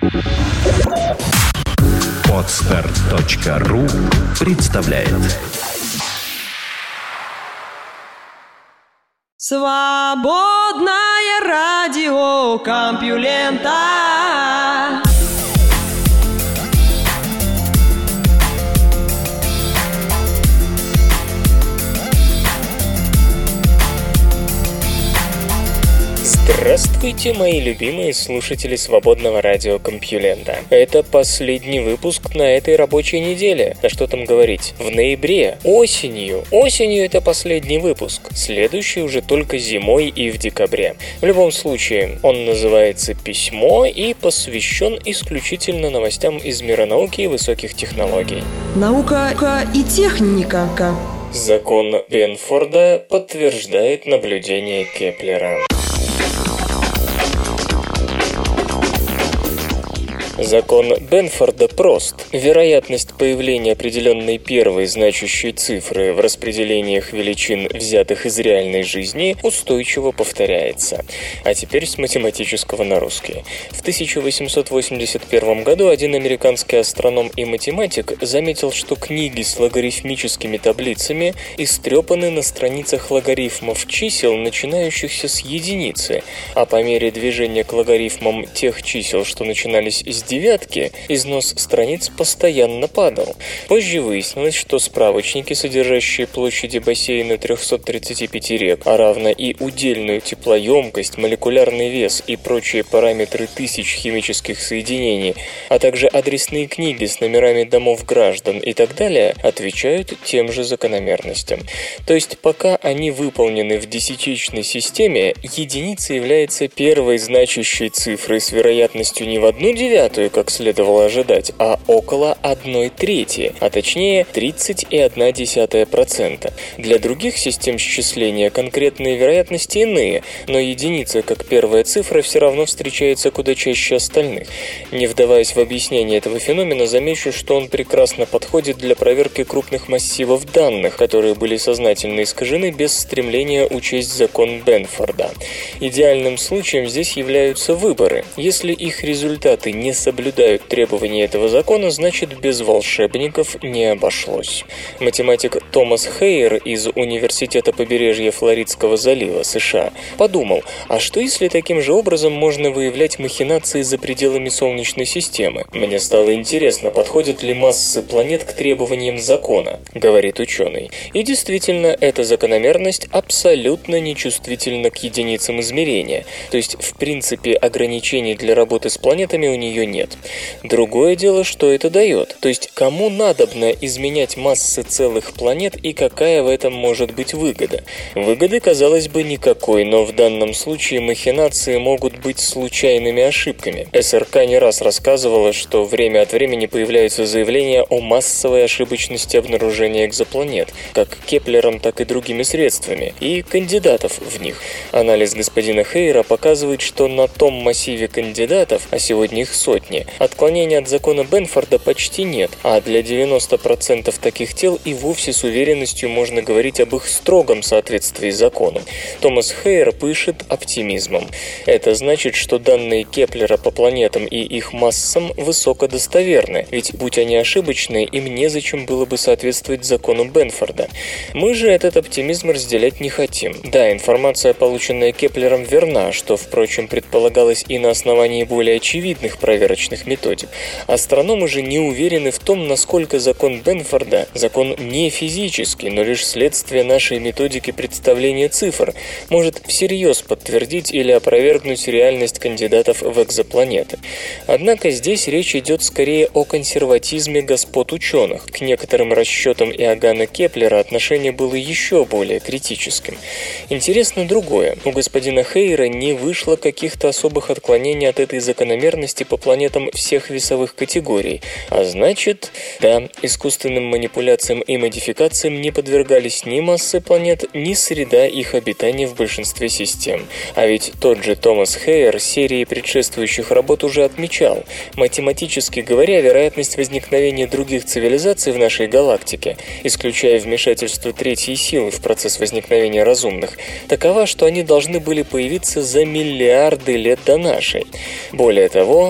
Podster.ru представляет. Свободное радио Компьюлента. Здравствуйте, мои любимые слушатели свободного радио Компьюлента. Это последний выпуск на этой рабочей неделе. Да что там говорить, в ноябре, осенью это последний выпуск. Следующий уже только зимой и в декабре. В любом случае, он называется «Письмо» и посвящен исключительно новостям из мира науки и высоких технологий. Наука и техника. Закон Бенфорда подтверждает наблюдение Кеплера. Закон Бенфорда прост. Вероятность появления определенной первой значащей цифры в распределениях величин, взятых из реальной жизни, устойчиво повторяется. А теперь с математического на русский. В 1881 году один американский астроном и математик заметил, что книги с логарифмическими таблицами истрепаны на страницах логарифмов чисел, начинающихся с единицы, а по мере движения к логарифмам тех чисел, что начинались с девятки, износ страниц постоянно падал. Позже выяснилось, что справочники, содержащие площади бассейна 335 рек, а равно и удельную теплоемкость, молекулярный вес и прочие параметры тысяч химических соединений, а также адресные книги с номерами домов граждан и так далее, отвечают тем же закономерностям. То есть, пока они выполнены в десятичной системе, единица является первой значащей цифрой с вероятностью не в 1/9, как следовало ожидать, а около 1/3, а точнее 30,1%. Для других систем счисления конкретные вероятности иные, но единица как первая цифра все равно встречается куда чаще остальных. Не вдаваясь в объяснение этого феномена, замечу, что он прекрасно подходит для проверки крупных массивов данных, которые были сознательно искажены без стремления учесть закон Бенфорда. Идеальным случаем здесь являются выборы. Если их результаты не соблюдают требования этого закона, значит, без волшебников не обошлось. Математик Томас Хейер из Университета побережья Флоридского залива, США, подумал, а что если таким же образом можно выявлять махинации за пределами Солнечной системы? Мне стало интересно, подходят ли массы планет к требованиям закона, говорит ученый. И действительно, эта закономерность абсолютно нечувствительна к единицам измерения, то есть, в принципе, ограничений для работы с планетами у нее нет. Другое дело, что это дает, то есть кому надобно изменять массы целых планет и какая в этом может быть выгода. Выгоды, казалось бы, никакой, но в данном случае махинации могут быть случайными ошибками. СРК не раз рассказывала, что время от времени появляются заявления о массовой ошибочности обнаружения экзопланет, как Кеплером, так и другими средствами, и кандидатов в них. Анализ господина Хейера показывает, что на том массиве кандидатов, а сегодня их сотни, отклонений от закона Бенфорда почти нет, а для 90% таких тел и вовсе с уверенностью можно говорить об их строгом соответствии закону. Томас Хейер пышет оптимизмом. Это значит, что данные Кеплера по планетам и их массам высокодостоверны, ведь будь они ошибочны, им незачем было бы соответствовать закону Бенфорда. Мы же этот оптимизм разделять не хотим. Да, информация, полученная Кеплером, верна, что, впрочем, предполагалось и на основании более очевидных проверочных методик. Астрономы же не уверены в том, насколько закон Бенфорда, закон не физический, но лишь следствие нашей методики представления цифр, может всерьез подтвердить или опровергнуть реальность кандидатов в экзопланеты. Однако здесь речь идет скорее о консерватизме господ ученых. К некоторым расчетам Иоганна Кеплера отношение было еще более критическим. Интересно другое. У господина Хейера не вышло каких-то особых отклонений от этой закономерности по планетам всех весовых категорий. А значит, да, искусственным манипуляциям и модификациям не подвергались ни массы планет, ни среда их обитания в большинстве систем. А ведь тот же Томас Хейер серии предшествующих работ уже отмечал. Математически говоря, вероятность возникновения других цивилизаций в нашей галактике, исключая вмешательство третьей силы в процесс возникновения разумных, такова, что они должны были появиться за миллиарды лет до нашей. Более того, утверждает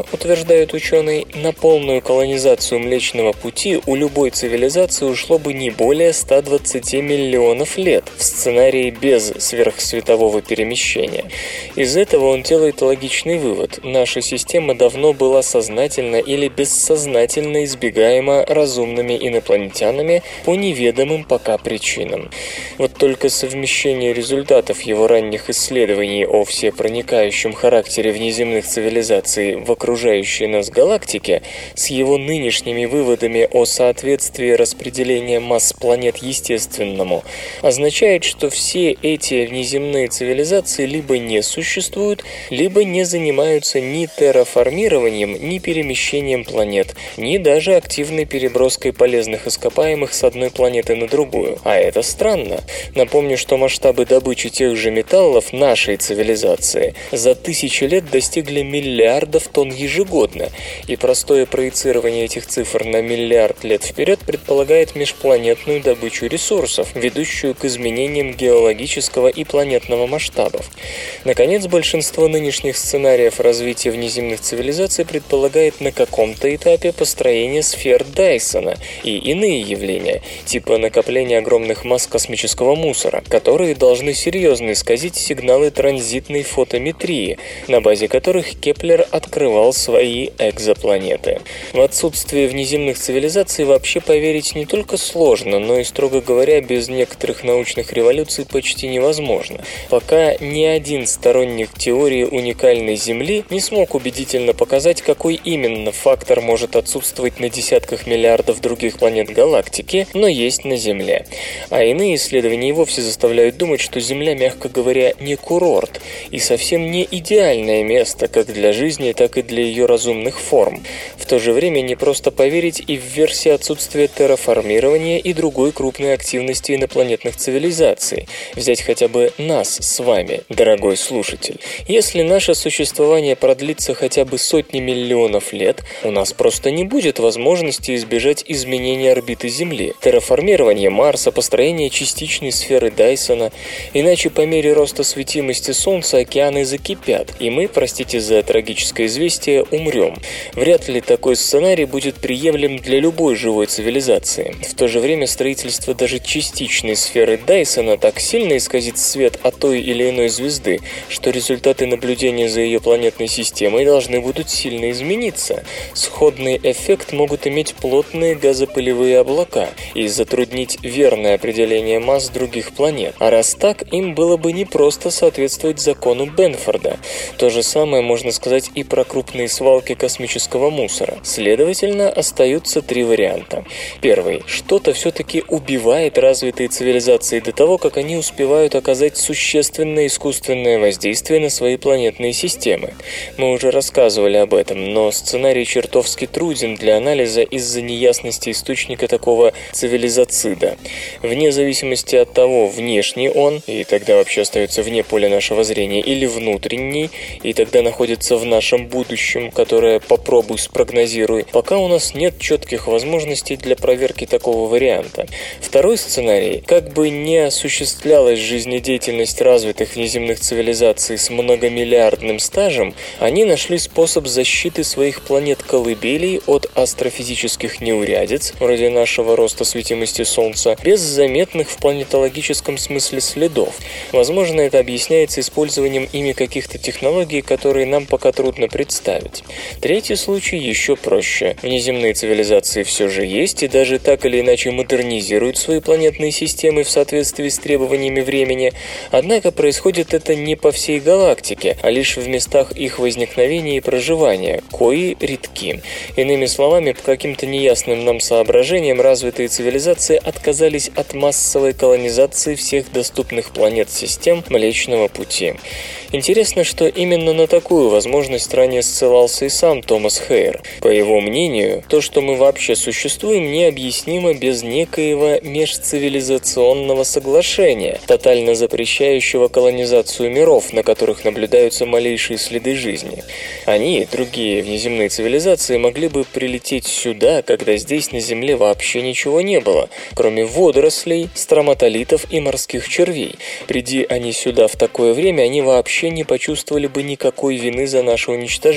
утверждают ученые, на полную колонизацию Млечного Пути у любой цивилизации ушло бы не более 120 миллионов лет в сценарии без сверхсветового перемещения. Из этого он делает логичный вывод: наша система давно была сознательно или бессознательно избегаема разумными инопланетянами по неведомым пока причинам. Вот только совмещение результатов его ранних исследований о всепроникающем характере внеземных цивилизаций в окружающей нас галактике с его нынешними выводами о соответствии распределения масс планет естественному означает, что все эти внеземные цивилизации либо не существуют, либо не занимаются ни терраформированием, ни перемещением планет, ни даже активной переброской полезных ископаемых с одной планеты на другую. А это странно. Напомню, что масштабы добычи тех же металлов нашей цивилизации за 1000 лет достигли миллиардов тонн ежегодно, и простое проецирование этих цифр на миллиард лет вперед предполагает межпланетную добычу ресурсов, ведущую к изменениям геологического и планетного масштабов. Наконец, большинство нынешних сценариев развития внеземных цивилизаций предполагает на каком-то этапе построение сфер Дайсона и иные явления, типа накопления огромных масс космического мусора, которые должны серьезно исказить сигналы транзитной фотометрии, на базе которых Кеплер открывал свои экзопланеты. В отсутствие внеземных цивилизаций вообще поверить не только сложно, но и, строго говоря, без некоторых научных революций почти невозможно. Пока ни один сторонник теории уникальной Земли не смог убедительно показать, какой именно фактор может отсутствовать на десятках миллиардов других планет галактики, но есть на Земле. А иные исследования и вовсе заставляют думать, что Земля, мягко говоря, не курорт и совсем не идеальное место как для жизни, так и для ее разумных форм. В то же время не просто поверить и в версии отсутствия терраформирования и другой крупной активности инопланетных цивилизаций. Взять хотя бы нас с вами, дорогой слушатель. Если наше существование продлится хотя бы сотни миллионов лет, у нас просто не будет возможности избежать изменения орбиты Земли, терраформирования Марса, построения частичной сферы Дайсона. Иначе по мере роста светимости Солнца океаны закипят, и мы, простите за трагическое известие, умрем. Вряд ли такой сценарий будет приемлем для любой живой цивилизации. В то же время строительство даже частичной сферы Дайсона так сильно исказит свет от той или иной звезды, что результаты наблюдения за ее планетной системой должны будут сильно измениться. Сходный эффект могут иметь плотные газопылевые облака и затруднить верное определение масс других планет. А раз так, им было бы непросто соответствовать закону Бенфорда. То же самое можно сказать и про крупные свалки космического мусора. Следовательно, остаются три варианта. Первый. Что-то все-таки убивает развитые цивилизации до того, как они успевают оказать существенное искусственное воздействие на свои планетные системы. Мы уже рассказывали об этом, но сценарий чертовски труден для анализа из-за неясности источника такого цивилизацида. Вне зависимости от того, внешний он, и тогда вообще остается вне поля нашего зрения, или внутренний, и тогда находится в нашем будущем, которое попробуй спрогнозируй, пока у нас нет четких возможностей для проверки такого варианта. Второй сценарий. Как бы не осуществлялась жизнедеятельность развитых внеземных цивилизаций с многомиллиардным стажем, они нашли способ защиты своих планет-колыбелей от астрофизических неурядиц, вроде нашего роста светимости Солнца, без заметных в планетологическом смысле следов. Возможно, это объясняется использованием ими каких-то технологий, которые нам пока трудно представить. Третий случай еще проще. Внеземные цивилизации все же есть и даже так или иначе модернизируют свои планетные системы в соответствии с требованиями времени, однако происходит это не по всей галактике, а лишь в местах их возникновения и проживания, кои редки. Иными словами, по каким-то неясным нам соображениям развитые цивилизации отказались от массовой колонизации всех доступных планет систем Млечного Пути. Интересно, что именно на такую возможность ранее ссылался и сам Томас Хейер. По его мнению, то, что мы вообще существуем, необъяснимо без некоего межцивилизационного соглашения, тотально запрещающего колонизацию миров, на которых наблюдаются малейшие следы жизни. Они, другие внеземные цивилизации, могли бы прилететь сюда, когда здесь на Земле вообще ничего не было, кроме водорослей, строматолитов и морских червей. Приди они сюда в такое время, они вообще не почувствовали бы никакой вины за наше уничтожение.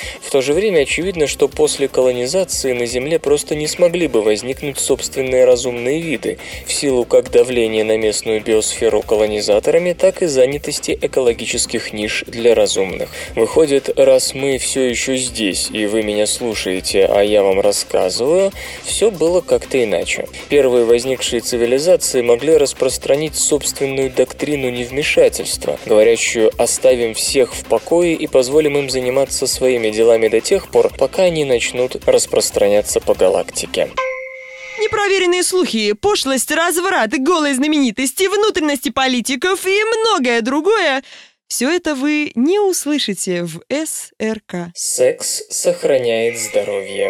В то же время очевидно, что после колонизации на Земле просто не смогли бы возникнуть собственные разумные виды, в силу как давления на местную биосферу колонизаторами, так и занятости экологических ниш для разумных. Выходит, раз мы все еще здесь, и вы меня слушаете, а я вам рассказываю, все было как-то иначе. Первые возникшие цивилизации могли распространить собственную доктрину невмешательства, говорящую «оставим всех в покое и позволим им заниматься своими делами до тех пор, пока они начнут распространяться по галактике». Непроверенные слухи, пошлость, разврат, голые знаменитости, внутренности политиков и многое другое – все это вы не услышите в СРК. Секс сохраняет здоровье.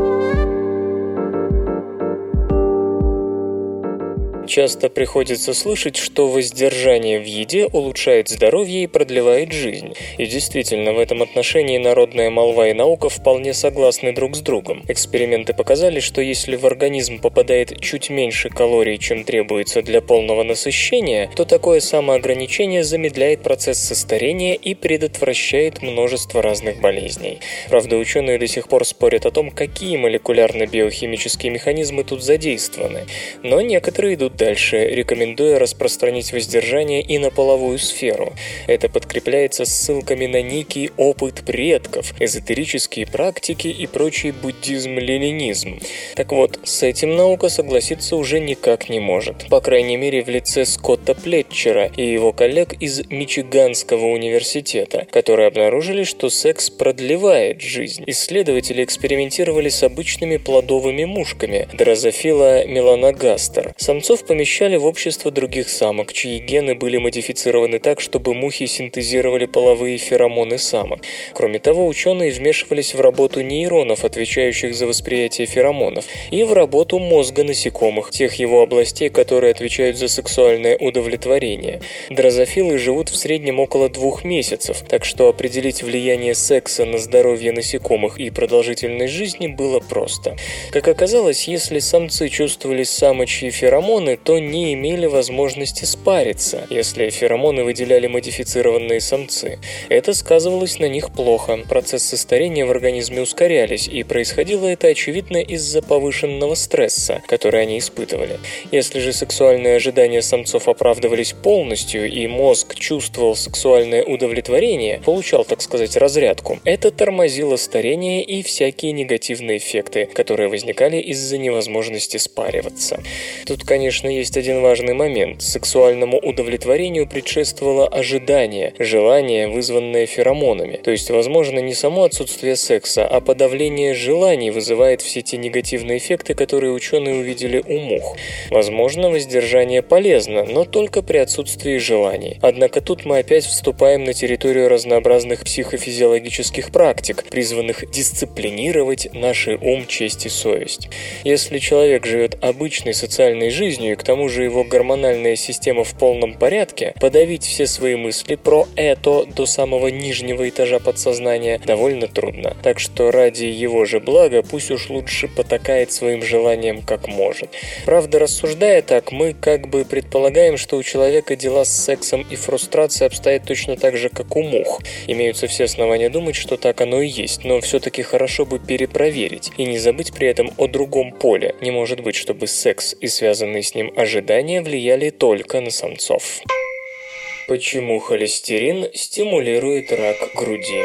Часто приходится слышать, что воздержание в еде улучшает здоровье и продлевает жизнь. И действительно, в этом отношении народная молва и наука вполне согласны друг с другом. Эксперименты показали, что если в организм попадает чуть меньше калорий, чем требуется для полного насыщения, то такое самоограничение замедляет процесс старения и предотвращает множество разных болезней. Правда, ученые до сих пор спорят о том, какие молекулярно-биохимические механизмы тут задействованы. Но некоторые идут дальше, рекомендуя распространить воздержание и на половую сферу. Это подкрепляется ссылками на некий опыт предков, эзотерические практики и прочий буддизм-ленинизм. Так вот, с этим наука согласиться уже никак не может. По крайней мере, в лице Скотта Плетчера и его коллег из Мичиганского университета, которые обнаружили, что секс продлевает жизнь. Исследователи экспериментировали с обычными плодовыми мушками Дрозофила меланогастер. Самцов помещали в общество других самок, чьи гены были модифицированы так, чтобы мухи синтезировали половые феромоны самок. Кроме того, ученые вмешивались в работу нейронов, отвечающих за восприятие феромонов, и в работу мозга насекомых, тех его областей, которые отвечают за сексуальное удовлетворение. Дрозофилы живут в среднем около 2 месяцев, так что определить влияние секса на здоровье насекомых и продолжительность жизни было просто. Как оказалось, если самцы чувствовали самочьи феромоны, то не имели возможности спариться, если феромоны выделяли модифицированные самцы. Это сказывалось на них плохо. Процессы старения в организме ускорялись, и происходило это, очевидно, из-за повышенного стресса, который они испытывали. Если же сексуальные ожидания самцов оправдывались полностью, и мозг чувствовал сексуальное удовлетворение, получал, так сказать, разрядку, это тормозило старение и всякие негативные эффекты, которые возникали из-за невозможности спариваться. Тут, конечно, есть один важный момент. Сексуальному удовлетворению предшествовало ожидание, желание, вызванное феромонами. То есть, возможно, не само отсутствие секса, а подавление желаний вызывает все те негативные эффекты, которые ученые увидели у мух. Возможно, воздержание полезно, но только при отсутствии желаний. Однако тут мы опять вступаем на территорию разнообразных психофизиологических практик, призванных дисциплинировать наши ум, честь и совесть. Если человек живет обычной социальной жизнью, и к тому же его гормональная система в полном порядке, подавить все свои мысли про это до самого нижнего этажа подсознания довольно трудно. Так что ради его же блага пусть уж лучше потакает своим желаниям как может. Правда, рассуждая так, мы как бы предполагаем, что у человека дела с сексом и фрустрацией обстоят точно так же, как у мух. Имеются все основания думать, что так оно и есть, но все-таки хорошо бы перепроверить и не забыть при этом о другом поле. Не может быть, чтобы секс и связанные с ним ожидания влияли только на самцов. Почему холестерин стимулирует рак груди?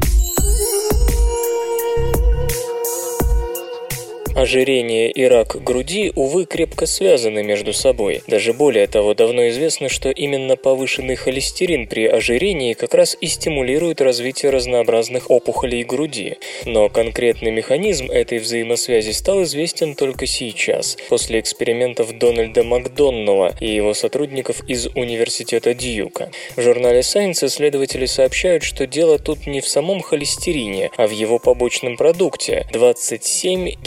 Ожирение и рак груди, увы, крепко связаны между собой. Даже более того, давно известно, что именно повышенный холестерин при ожирении как раз и стимулирует развитие разнообразных опухолей груди. Но конкретный механизм этой взаимосвязи стал известен только сейчас, после экспериментов Дональда Макдоннелла и его сотрудников из университета Дьюка. В журнале Science исследователи сообщают, что дело тут не в самом холестерине, а в его побочном продукте – 27-гидроксиапатитовой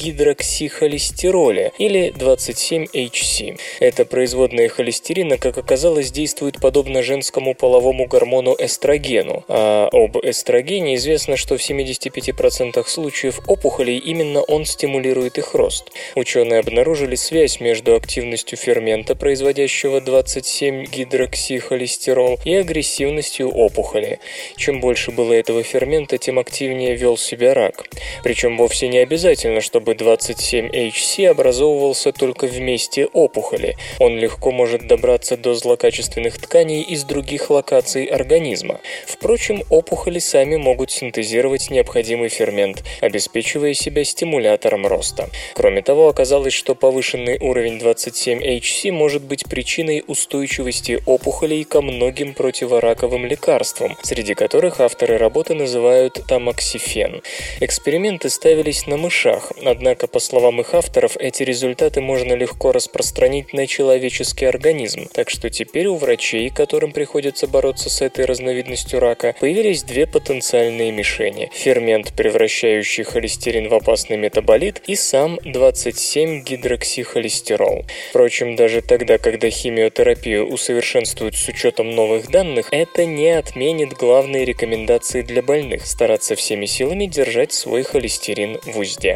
гидроксихолестероля или 27-HC. Это производная холестерина, как оказалось, действует подобно женскому половому гормону эстрогену. А об эстрогене известно, что в 75% случаев опухолей именно он стимулирует их рост. Ученые обнаружили связь между активностью фермента, производящего 27-гидроксихолестерол, и агрессивностью опухоли. Чем больше было этого фермента, тем активнее вел себя рак. Причем вовсе не обязательно, чтобы 27-HC образовывался только в месте опухоли. Он легко может добраться до злокачественных тканей из других локаций организма. Впрочем, опухоли сами могут синтезировать необходимый фермент, обеспечивая себя стимулятором роста. Кроме того, оказалось, что повышенный уровень 27-HC может быть причиной устойчивости опухолей ко многим противораковым лекарствам, среди которых авторы работы называют тамоксифен. Эксперименты ставились на мышах, однако, по словам их авторов, эти результаты можно легко распространить на человеческий организм, так что теперь у врачей, которым приходится бороться с этой разновидностью рака, появились две потенциальные мишени – фермент, превращающий холестерин в опасный метаболит, и сам 27-гидроксихолестерол. Впрочем, даже тогда, когда химиотерапию усовершенствуют с учетом новых данных, это не отменит главные рекомендации для больных – стараться всеми силами держать свой холестерин в узде.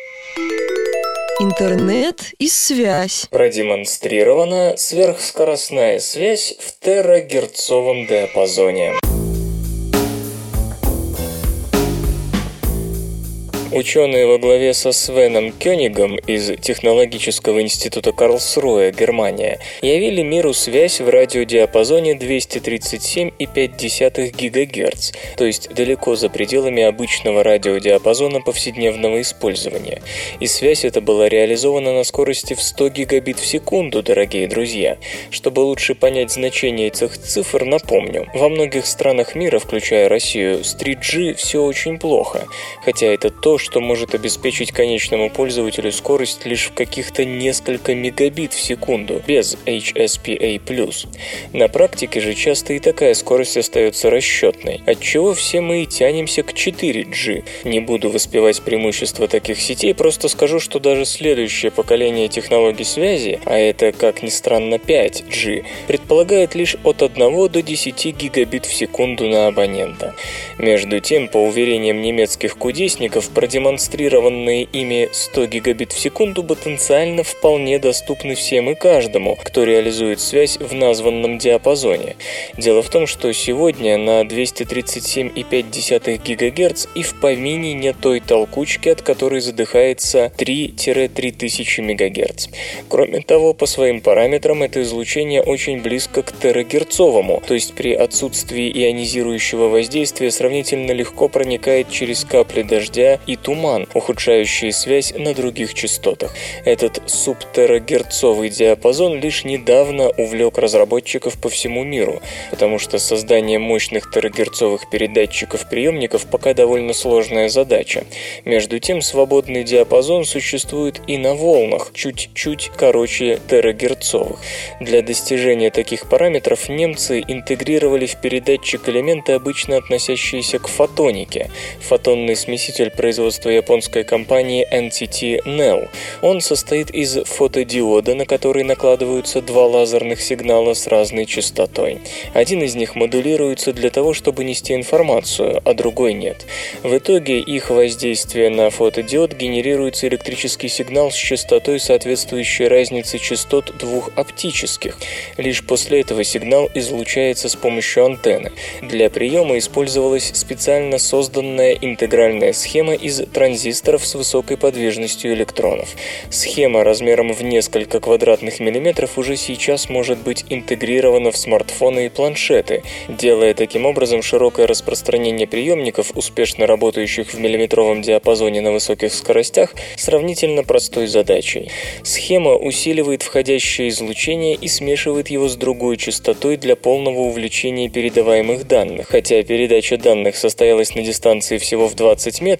Интернет и связь. Продемонстрирована сверхскоростная связь в терагерцовом диапазоне. Ученые во главе со Свеном Кёнигом из Технологического института Карлсруэ, Германия, явили миру связь в радиодиапазоне 237,5 ГГц, то есть далеко за пределами обычного радиодиапазона повседневного использования. И связь эта была реализована на скорости в 100 гигабит в секунду, дорогие друзья. Чтобы лучше понять значение этих цифр, напомню, во многих странах мира, включая Россию, с 3G все очень плохо, хотя это то, что может обеспечить конечному пользователю скорость лишь в каких-то несколько мегабит в секунду, без HSPA+. На практике же часто и такая скорость остается расчетной, отчего все мы и тянемся к 4G. Не буду воспевать преимущества таких сетей, просто скажу, что даже следующее поколение технологий связи, а это, как ни странно, 5G, предполагает лишь от 1 до 10 гигабит в секунду на абонента. Между тем, по уверениям немецких кудесников, продемонстрированные ими 100 гигабит в секунду потенциально вполне доступны всем и каждому, кто реализует связь в названном диапазоне. Дело в том, что сегодня на 237,5 ГГц и в помине нет той толкучки, от которой задыхается 3-3000 МГц. Кроме того, по своим параметрам это излучение очень близко к терагерцовому, то есть при отсутствии ионизирующего воздействия сравнительно легко проникает через капли дождя и туман, ухудшающий связь на других частотах. Этот субтерагерцовый диапазон лишь недавно увлек разработчиков по всему миру, потому что создание мощных терагерцовых передатчиков-приемников пока довольно сложная задача. Между тем, свободный диапазон существует и на волнах, чуть-чуть короче терагерцовых. Для достижения таких параметров немцы интегрировали в передатчик элементы, обычно относящиеся к фотонике. Фотонный смеситель производства японской компании NTT Nel. Он состоит из фотодиода, на который накладываются два лазерных сигнала с разной частотой. Один из них модулируется для того, чтобы нести информацию, а другой нет. В итоге их воздействие на фотодиод генерируется электрический сигнал с частотой, соответствующей разнице частот двух оптических. Лишь после этого сигнал излучается с помощью антенны. Для приема использовалась специально созданная интегральная схема из транзисторов с высокой подвижностью электронов. Схема размером в несколько квадратных миллиметров уже сейчас может быть интегрирована в смартфоны и планшеты, делая таким образом широкое распространение приемников, успешно работающих в миллиметровом диапазоне на высоких скоростях, сравнительно простой задачей. Схема усиливает входящее излучение и смешивает его с другой частотой для полного увеличения передаваемых данных. Хотя передача данных состоялась на дистанции всего в 20 метров, по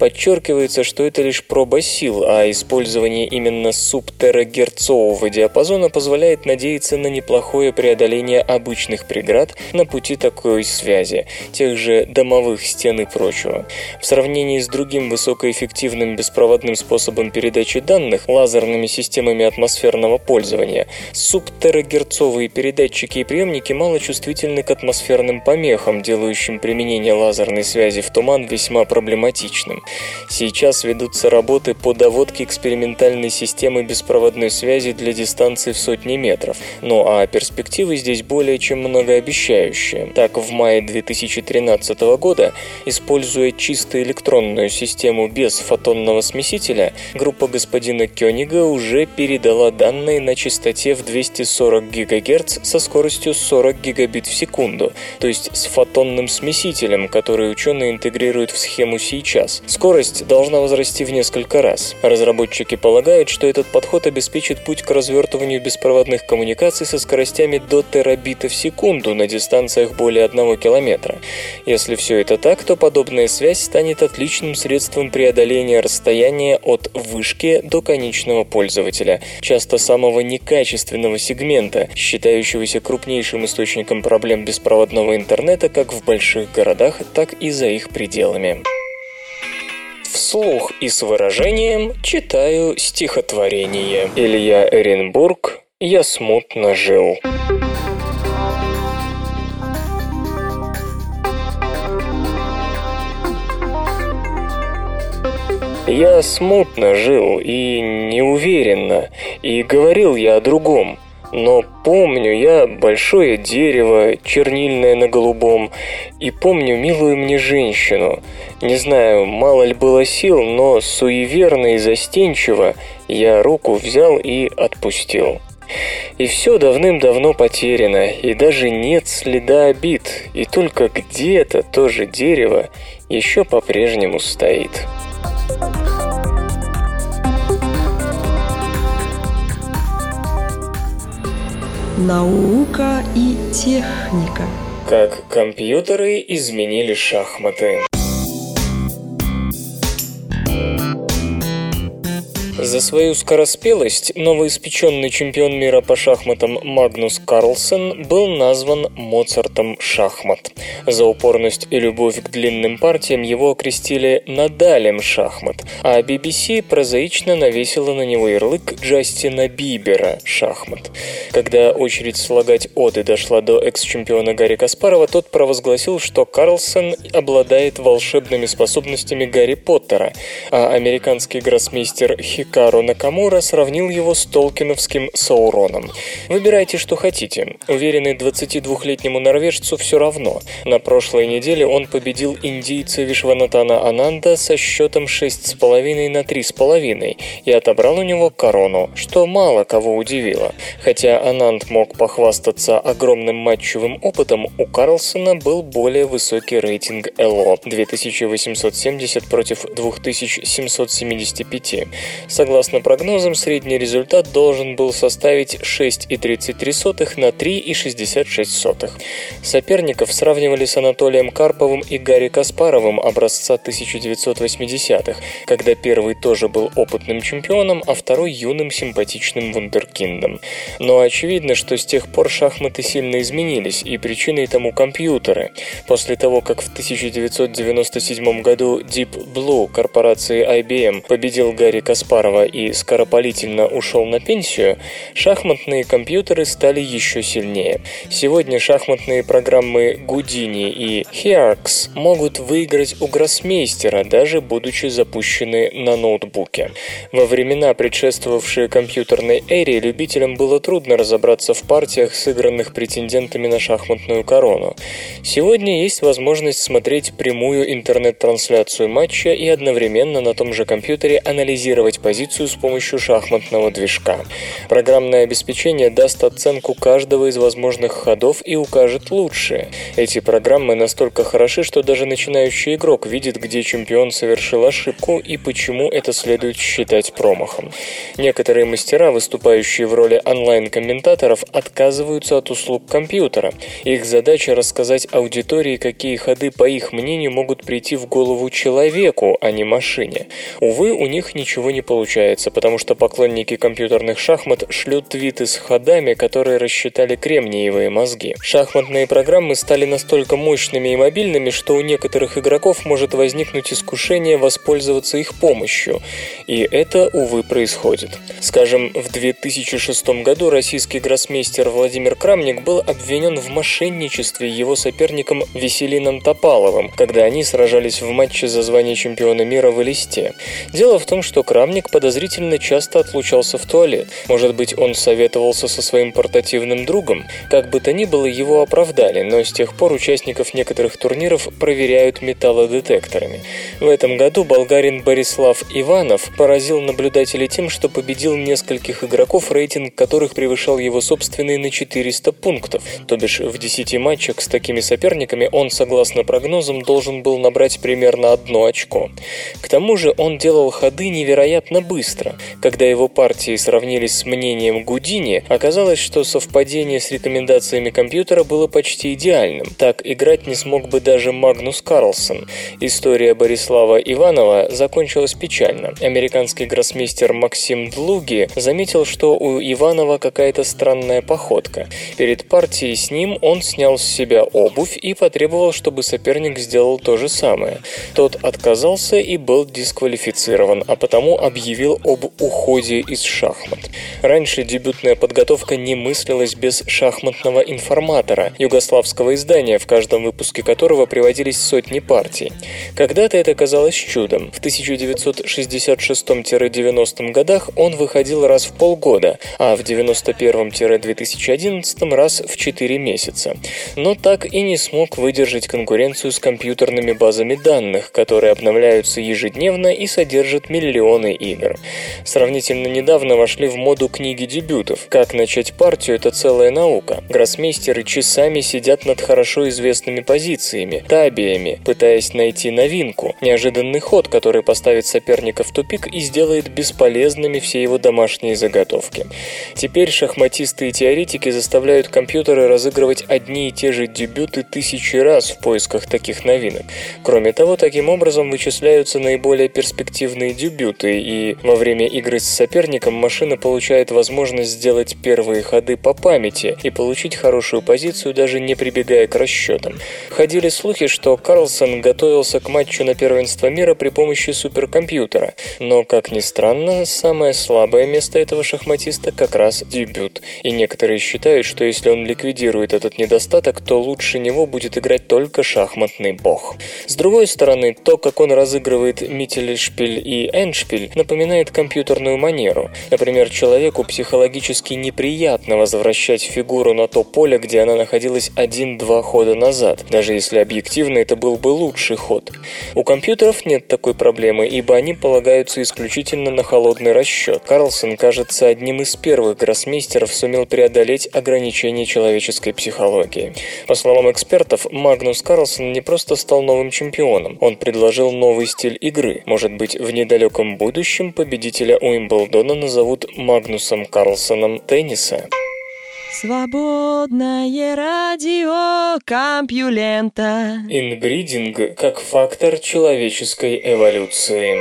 подчеркивается, что это лишь проба сил, а использование именно субтерагерцового диапазона позволяет надеяться на неплохое преодоление обычных преград на пути такой связи, тех же домовых стен и прочего. В сравнении с другим высокоэффективным беспроводным способом передачи данных, лазерными системами атмосферного пользования, субтерагерцовые передатчики и приемники мало чувствительны к атмосферным помехам, делающим применение лазерной связи в туман весьма проблематичным. Сейчас ведутся работы по доводке экспериментальной системы беспроводной связи для дистанции в сотни метров. Ну а перспективы здесь более чем многообещающие. Так, в мае 2013 года, используя чисто электронную систему без фотонного смесителя, группа господина Кёнига уже передала данные на частоте в 240 ГГц со скоростью 40 гигабит в секунду, то есть с фотонным смесителем, который ученые интегрируют в схему сейчас. Скорость должна возрасти в несколько раз. Разработчики полагают, что этот подход обеспечит путь к развертыванию беспроводных коммуникаций со скоростями до терабита в секунду на дистанциях более 1 километра. Если все это так, то подобная связь станет отличным средством преодоления расстояния от вышки до конечного пользователя, часто самого некачественного сегмента, считающегося крупнейшим источником проблем беспроводного интернета как в больших городах, так и за их пределами. Вслух и с выражением читаю стихотворение. Илья Эренбург «Я смутно жил». Я смутно жил и неуверенно, и говорил я о другом. Но помню я большое дерево, чернильное на голубом, и помню милую мне женщину. Не знаю, мало ли было сил, но суеверно и застенчиво я руку взял и отпустил. И все давным-давно потеряно, и даже нет следа обид, и только где-то то же дерево еще по-прежнему стоит. Наука и техника. Как компьютеры изменили шахматы. За свою скороспелость новоиспеченный чемпион мира по шахматам Магнус Карлсен был назван Моцартом шахмат. За упорность и любовь к длинным партиям его окрестили Надалем шахмат, а BBC прозаично навесила на него ярлык Джастина Бибера шахмат. Когда очередь слагать оды дошла до экс-чемпиона Гарри Каспарова, тот провозгласил, что Карлсен обладает волшебными способностями Гарри Поттера, а американский гроссмейстер Хикару Накамура сравнил его с толкиновским Сауроном. Выбирайте, что хотите. Уверенный 22-летнему норвежцу все равно. На прошлой неделе он победил индийца Вишванатана Ананда со счетом 6,5 на 3,5 и отобрал у него корону, что мало кого удивило. Хотя Ананд мог похвастаться огромным матчевым опытом, у Карлсена был более высокий рейтинг ЭЛО – 2870 против 2775. Согласно прогнозам, средний результат должен был составить 6,33 на 3,66. Соперников сравнивали с Анатолием Карповым и Гарри Каспаровым образца 1980-х, когда первый тоже был опытным чемпионом, а второй юным симпатичным вундеркиндом. Но очевидно, что с тех пор шахматы сильно изменились, и причиной тому компьютеры. После того, как в 1997 году Deep Blue корпорации IBM победил Гарри Каспарова и скоропалительно ушел на пенсию, шахматные компьютеры стали еще сильнее. Сегодня шахматные программы Гудини и Хиаркс могут выиграть у гроссмейстера, даже будучи запущены на ноутбуке. Во времена, предшествовавшие компьютерной эре, любителям было трудно разобраться в партиях, сыгранных претендентами на шахматную корону. Сегодня есть возможность смотреть прямую интернет-трансляцию матча и одновременно на том же компьютере анализировать позицию позицию с помощью шахматного движка. Программное обеспечение даст оценку каждого из возможных ходов и укажет лучшее. Эти программы настолько хороши, что даже начинающий игрок видит, где чемпион совершил ошибку и почему это следует считать промахом. Некоторые мастера, выступающие в роли онлайн-комментаторов, отказываются от услуг компьютера. Их задача рассказать аудитории, какие ходы, по их мнению, могут прийти в голову человеку, а не машине. Увы, у них ничего не получается, потому что поклонники компьютерных шахмат шлют твиты с ходами, которые рассчитали кремниевые мозги. Шахматные программы стали настолько мощными и мобильными, что у некоторых игроков может возникнуть искушение воспользоваться их помощью. И это, увы, происходит. Скажем, в 2006 году российский гроссмейстер Владимир Крамник был обвинен в мошенничестве его соперником Веселином Топаловым, когда они сражались в матче за звание чемпиона мира в Элисте. Дело в том, что Крамник подозрительно часто отлучался в туалет. Может быть, он советовался со своим портативным другом? Как бы то ни было, его оправдали, но с тех пор участников некоторых турниров проверяют металлодетекторами. В этом году болгарин Борислав Иванов поразил наблюдателей тем, что победил нескольких игроков, рейтинг которых превышал его собственный на 400 пунктов. То бишь, в 10 матчах с такими соперниками он, согласно прогнозам, должен был набрать примерно 1 очко. К тому же он делал ходы невероятно быстро. Когда его партии сравнились с мнением Гудини, оказалось, что совпадение с рекомендациями компьютера было почти идеальным. Так играть не смог бы даже Магнус Карлсон. История Борислава Иванова закончилась печально. Американский гроссмейстер Максим Длуги заметил, что у Иванова какая-то странная походка. Перед партией с ним он снял с себя обувь и потребовал, чтобы соперник сделал то же самое. Тот отказался и был дисквалифицирован, а потому объявил об уходе из шахмат. Раньше дебютная подготовка не мыслилась без шахматного информатора, югославского издания, в каждом выпуске которого приводились сотни партий. Когда-то это казалось чудом. В 1966-90 годах он выходил раз в полгода, а в 91-2011 раз в 4 месяца. Но так и не смог выдержать конкуренцию с компьютерными базами данных, которые обновляются ежедневно и содержат миллионы игр. Сравнительно недавно вошли в моду книги дебютов. Как начать партию – это целая наука. Гроссмейстеры часами сидят над хорошо известными позициями, табиями, пытаясь найти новинку, неожиданный ход, который поставит соперника в тупик и сделает бесполезными все его домашние заготовки. Теперь шахматисты и теоретики заставляют компьютеры разыгрывать одни и те же дебюты 1000 раз в поисках таких новинок. Кроме того, таким образом вычисляются наиболее перспективные дебюты, и во время игры с соперником машина получает возможность сделать первые ходы по памяти и получить хорошую позицию, даже не прибегая к расчетам. Ходили слухи, что Карлсон готовился к матчу на первенство мира при помощи суперкомпьютера, но, как ни странно, самое слабое место этого шахматиста как раз дебют, и некоторые считают, что если он ликвидирует этот недостаток, то лучше него будет играть только шахматный бог. С другой стороны, то, как он разыгрывает Миттельшпиль и Эндшпиль, напоминает компьютерную манеру. Например, человеку психологически неприятно возвращать фигуру на то поле, где она находилась 1-2 хода назад, даже если объективно это был бы лучший ход. У компьютеров нет такой проблемы, ибо они полагаются исключительно на холодный расчет. Карлсон, кажется, одним из первых гроссмейстеров сумел преодолеть ограничения человеческой психологии. По словам экспертов, Магнус Карлсон не просто стал новым чемпионом, он предложил новый стиль игры. Может быть, в недалеком будущем победителя Уимблдона назовут Магнусом Карлсоном тенниса. Свободное радио Компьюлента. Инбридинг как фактор человеческой эволюции.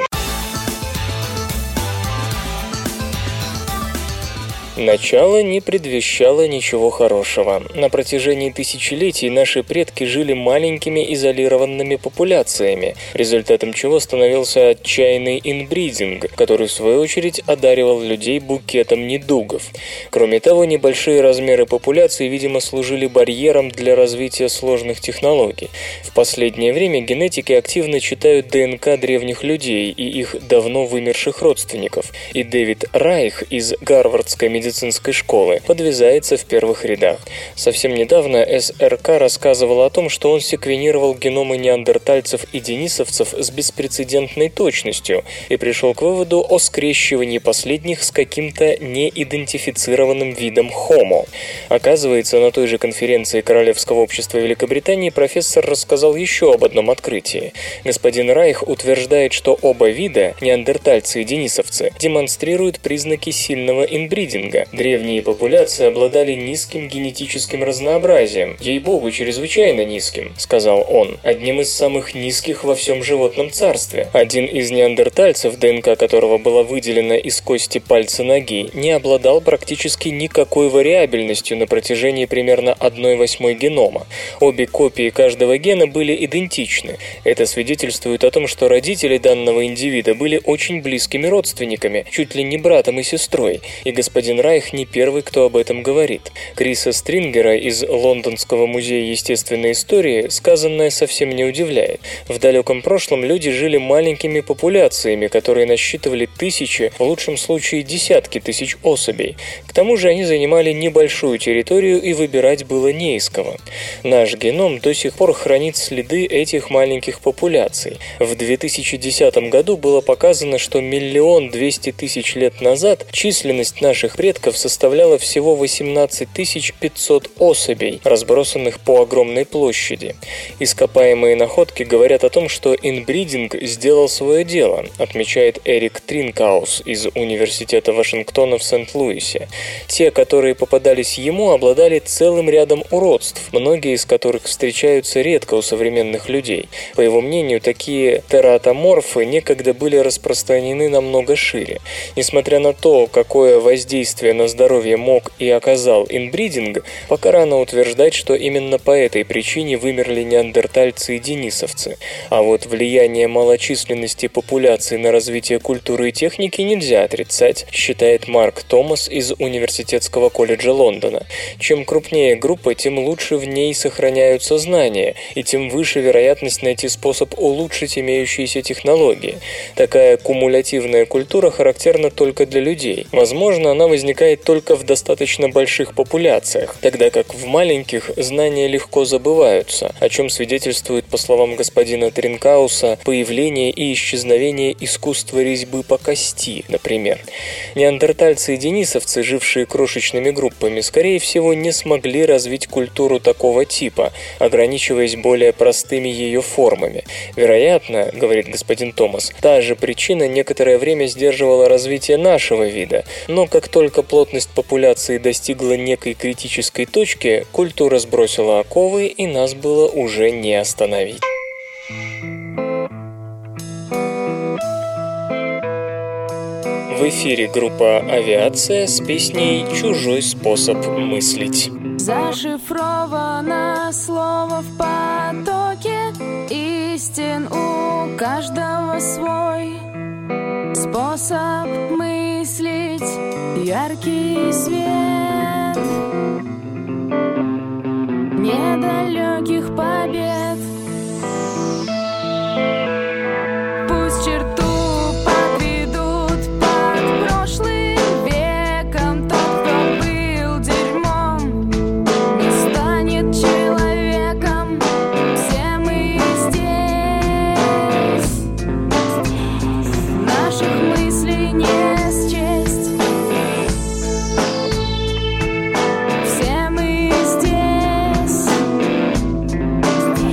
Начало не предвещало ничего хорошего. На протяжении тысячелетий наши предки жили маленькими изолированными популяциями, результатом чего становился отчаянный инбридинг, который в свою очередь одаривал людей букетом недугов. Кроме того, небольшие размеры популяции, видимо, служили барьером для развития сложных технологий. В последнее время генетики активно читают ДНК древних людей и их давно вымерших родственников, и Дэвид Райх из Гарвардской медицинской медицинской школы, подвязается в первых рядах. Совсем недавно СРК рассказывал о том, что он секвенировал геномы неандертальцев и денисовцев с беспрецедентной точностью и пришел к выводу о скрещивании последних с каким-то неидентифицированным видом Homo. Оказывается, на той же конференции Королевского общества Великобритании профессор рассказал еще об одном открытии. Господин Райх утверждает, что оба вида, неандертальцы и денисовцы, демонстрируют признаки сильного инбридинга. Древние популяции обладали низким генетическим разнообразием, ей-богу, чрезвычайно низким, сказал он, одним из самых низких во всем животном царстве. Один из неандертальцев, ДНК которого была выделена из кости пальца ноги, не обладал практически никакой вариабельностью на протяжении примерно 1/8 генома. Обе копии каждого гена были идентичны. Это свидетельствует о том, что родители данного индивида были очень близкими родственниками, чуть ли не братом и сестрой, и господин Райх не первый, кто об этом говорит. Криса Стрингера из Лондонского музея естественной истории сказанное совсем не удивляет. В далеком прошлом люди жили маленькими популяциями, которые насчитывали тысячи, в лучшем случае десятки тысяч особей. К тому же они занимали небольшую территорию и выбирать было не из кого. Наш геном до сих пор хранит следы этих маленьких популяций. В 2010 году было показано, что 1 200 000 лет назад численность наших предков составляла всего 18 500 особей, разбросанных по огромной площади. Ископаемые находки говорят о том, что инбридинг сделал свое дело, отмечает Эрик Тринкаус из Университета Вашингтона в Сент-Луисе. Те, которые попадались ему, обладали целым рядом уродств, многие из которых встречаются редко у современных людей. По его мнению, такие тератоморфы некогда были распространены намного шире. Несмотря на то, какое воздействие на здоровье мог и оказал инбридинг, пока рано утверждать, что именно по этой причине вымерли неандертальцы и денисовцы. А вот влияние малочисленности популяции на развитие культуры и техники нельзя отрицать, считает Марк Томас из Университетского колледжа Лондона. Чем крупнее группа, тем лучше в ней сохраняются знания, и тем выше вероятность найти способ улучшить имеющиеся технологии. Такая кумулятивная культура характерна только для людей. Возможно, она возникает только в достаточно больших популяциях, тогда как в маленьких знания легко забываются, о чем свидетельствует, по словам господина Тринкауса, появление и исчезновение искусства резьбы по кости, например. Неандертальцы и денисовцы, жившие крошечными группами, скорее всего, не смогли развить культуру такого типа, ограничиваясь более простыми ее формами. Вероятно, говорит господин Томас, та же причина некоторое время сдерживала развитие нашего вида, но как только плотность популяции достигла некой критической точки, культура сбросила оковы, и нас было уже не остановить. В эфире группа «Авиация» с песней «Чужой способ мыслить». Зашифровано слово в потоке истин, у каждого свой способ мыслить, яркий свет недалеких побед. Пусть черту подведут под прошлым веком, тот, кто был дерьмом, не станет человеком. Все мы здесь, наших мыслей не счесть. Все мы здесь,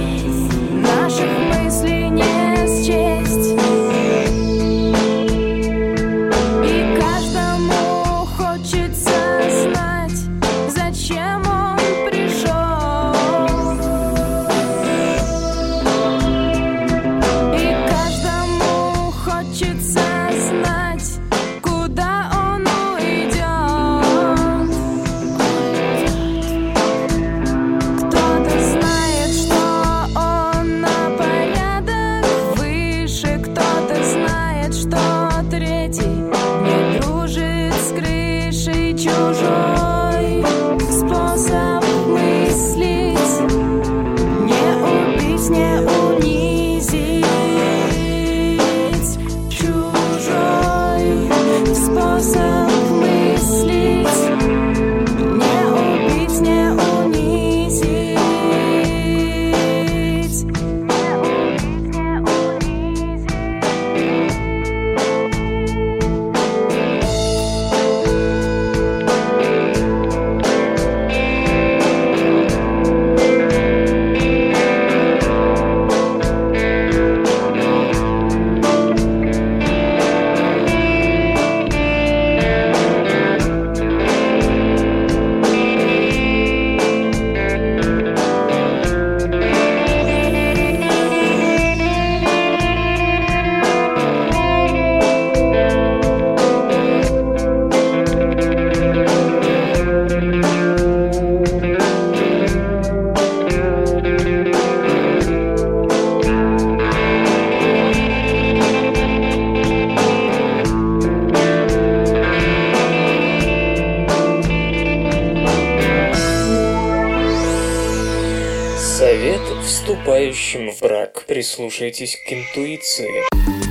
вступающим в брак. Прислушайтесь к интуиции.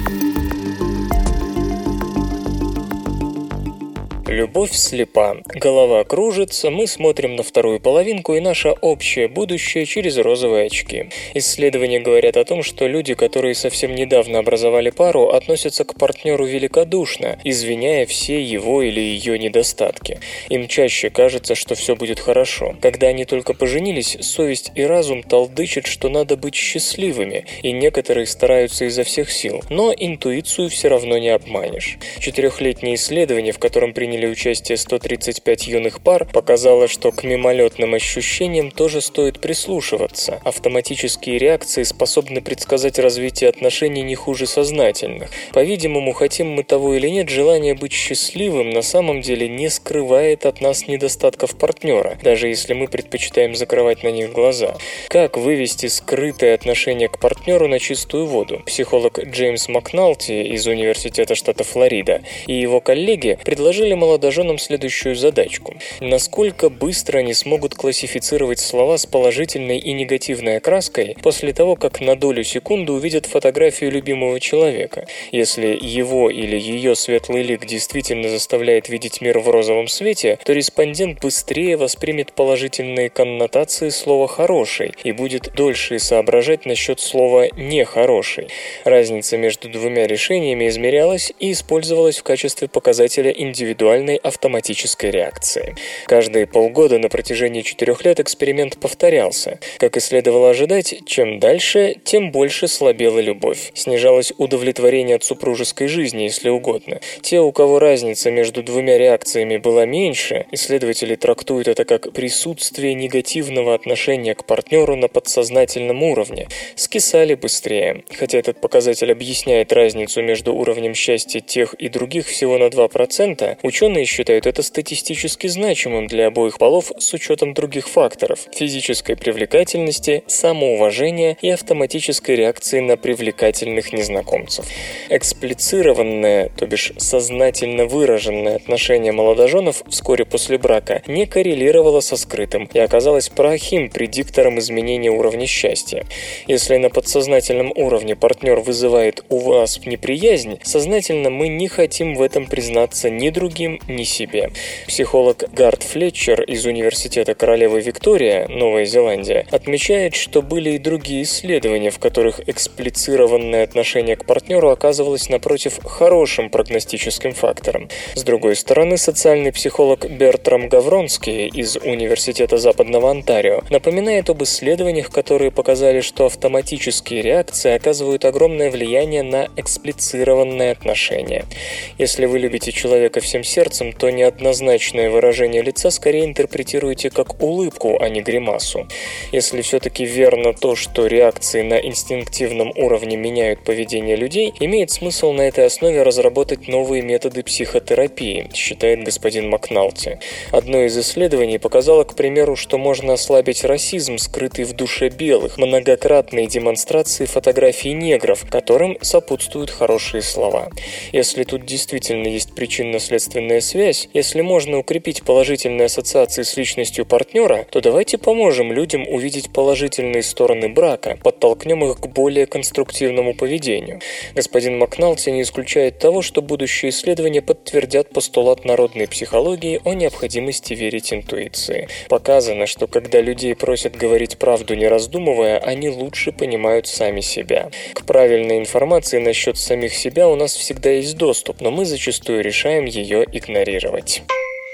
Любовь слепа. Голова кружится, мы смотрим на вторую половинку и наше общее будущее через розовые очки. Исследования говорят о том, что люди, которые совсем недавно образовали пару, относятся к партнеру великодушно, извиняя все его или ее недостатки. Им чаще кажется, что все будет хорошо. Когда они только поженились, совесть и разум толдычат, что надо быть счастливыми, и некоторые стараются изо всех сил. Но интуицию все равно не обманешь. 4-летнее исследование, в котором приняли участие 135 юных пар, показало, что к мимолетным ощущениям тоже стоит прислушиваться. Автоматические реакции способны предсказать развитие отношений не хуже сознательных. По-видимому, хотим мы того или нет, желание быть счастливым на самом деле не скрывает от нас недостатков партнера, даже если мы предпочитаем закрывать на них глаза. Как вывести скрытое отношение к партнеру на чистую воду? Психолог Джеймс Макналти из Университета штата Флорида и его коллеги предложили молодоженам следующую задачку. Насколько быстро они смогут классифицировать слова с положительной и негативной окраской после того, как на долю секунды увидят фотографию любимого человека. Если его или ее светлый лик действительно заставляет видеть мир в розовом свете, то респондент быстрее воспримет положительные коннотации слова «хороший» и будет дольше соображать насчет слова «нехороший». Разница между двумя решениями измерялась и использовалась в качестве показателя индивидуальной автоматической реакции. Каждые полгода на протяжении 4 лет эксперимент повторялся. Как и следовало ожидать, чем дальше, тем больше слабела любовь. Снижалось удовлетворение от супружеской жизни, если угодно. Те, у кого разница между двумя реакциями была меньше, исследователи трактуют это как присутствие негативного отношения к партнеру на подсознательном уровне, скисали быстрее. Хотя этот показатель объясняет разницу между уровнем счастья тех и других всего на 2%, ученые считают это статистически значимым для обоих полов с учетом других факторов – физической привлекательности, самоуважения и автоматической реакции на привлекательных незнакомцев. Эксплицированное, то бишь сознательно выраженное отношение молодоженов вскоре после брака не коррелировало со скрытым и оказалось плохим предиктором изменения уровня счастья. Если на подсознательном уровне партнер вызывает у вас неприязнь, сознательно мы не хотим в этом признаться ни другим, ни себе. Психолог Гарт Флетчер из Университета королевы Виктория, Новая Зеландия, отмечает, что были и другие исследования, в которых эксплицированное отношение к партнеру оказывалось, напротив, хорошим прогностическим фактором. С другой стороны, социальный психолог Бертрам Гавронский из Университета Западного Онтарио напоминает об исследованиях, которые показали, что автоматические реакции оказывают огромное влияние на эксплицированное отношение. Если вы любите человека всем сердцем, то неоднозначное выражение лица скорее интерпретируете как улыбку, а не гримасу. Если все-таки верно то, что реакции на инстинктивном уровне меняют поведение людей, имеет смысл на этой основе разработать новые методы психотерапии, считает господин Макналти. Одно из исследований показало, к примеру, что можно ослабить расизм, скрытый в душе белых, многократные демонстрации фотографий негров, которым сопутствуют хорошие слова. Если тут действительно есть причинно-следственная связь, если можно укрепить положительные ассоциации с личностью партнера, то давайте поможем людям увидеть положительные стороны брака, подтолкнем их к более конструктивному поведению. Господин Макналти не исключает того, что будущие исследования подтвердят постулат народной психологии о необходимости верить интуиции. Показано, что когда людей просят говорить правду не раздумывая, они лучше понимают сами себя. К правильной информации насчет самих себя у нас всегда есть доступ, но мы зачастую решаем ее игнорировать.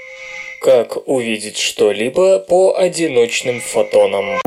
Как увидеть что-либо по одиночным фотонам?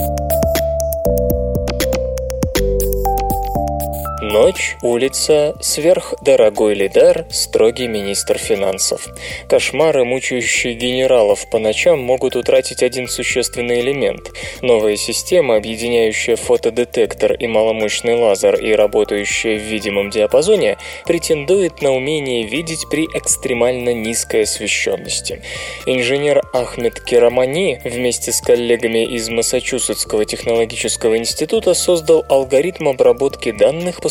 Ночь, улица, сверхдорогой лидар, строгий министр финансов. Кошмары, мучающие генералов по ночам, могут утратить один существенный элемент. Новая система, объединяющая фотодетектор и маломощный лазер и работающая в видимом диапазоне, претендует на умение видеть при экстремально низкой освещенности. Инженер Ахмед Керамани вместе с коллегами из Массачусетского технологического института создал алгоритм обработки данных, поступающих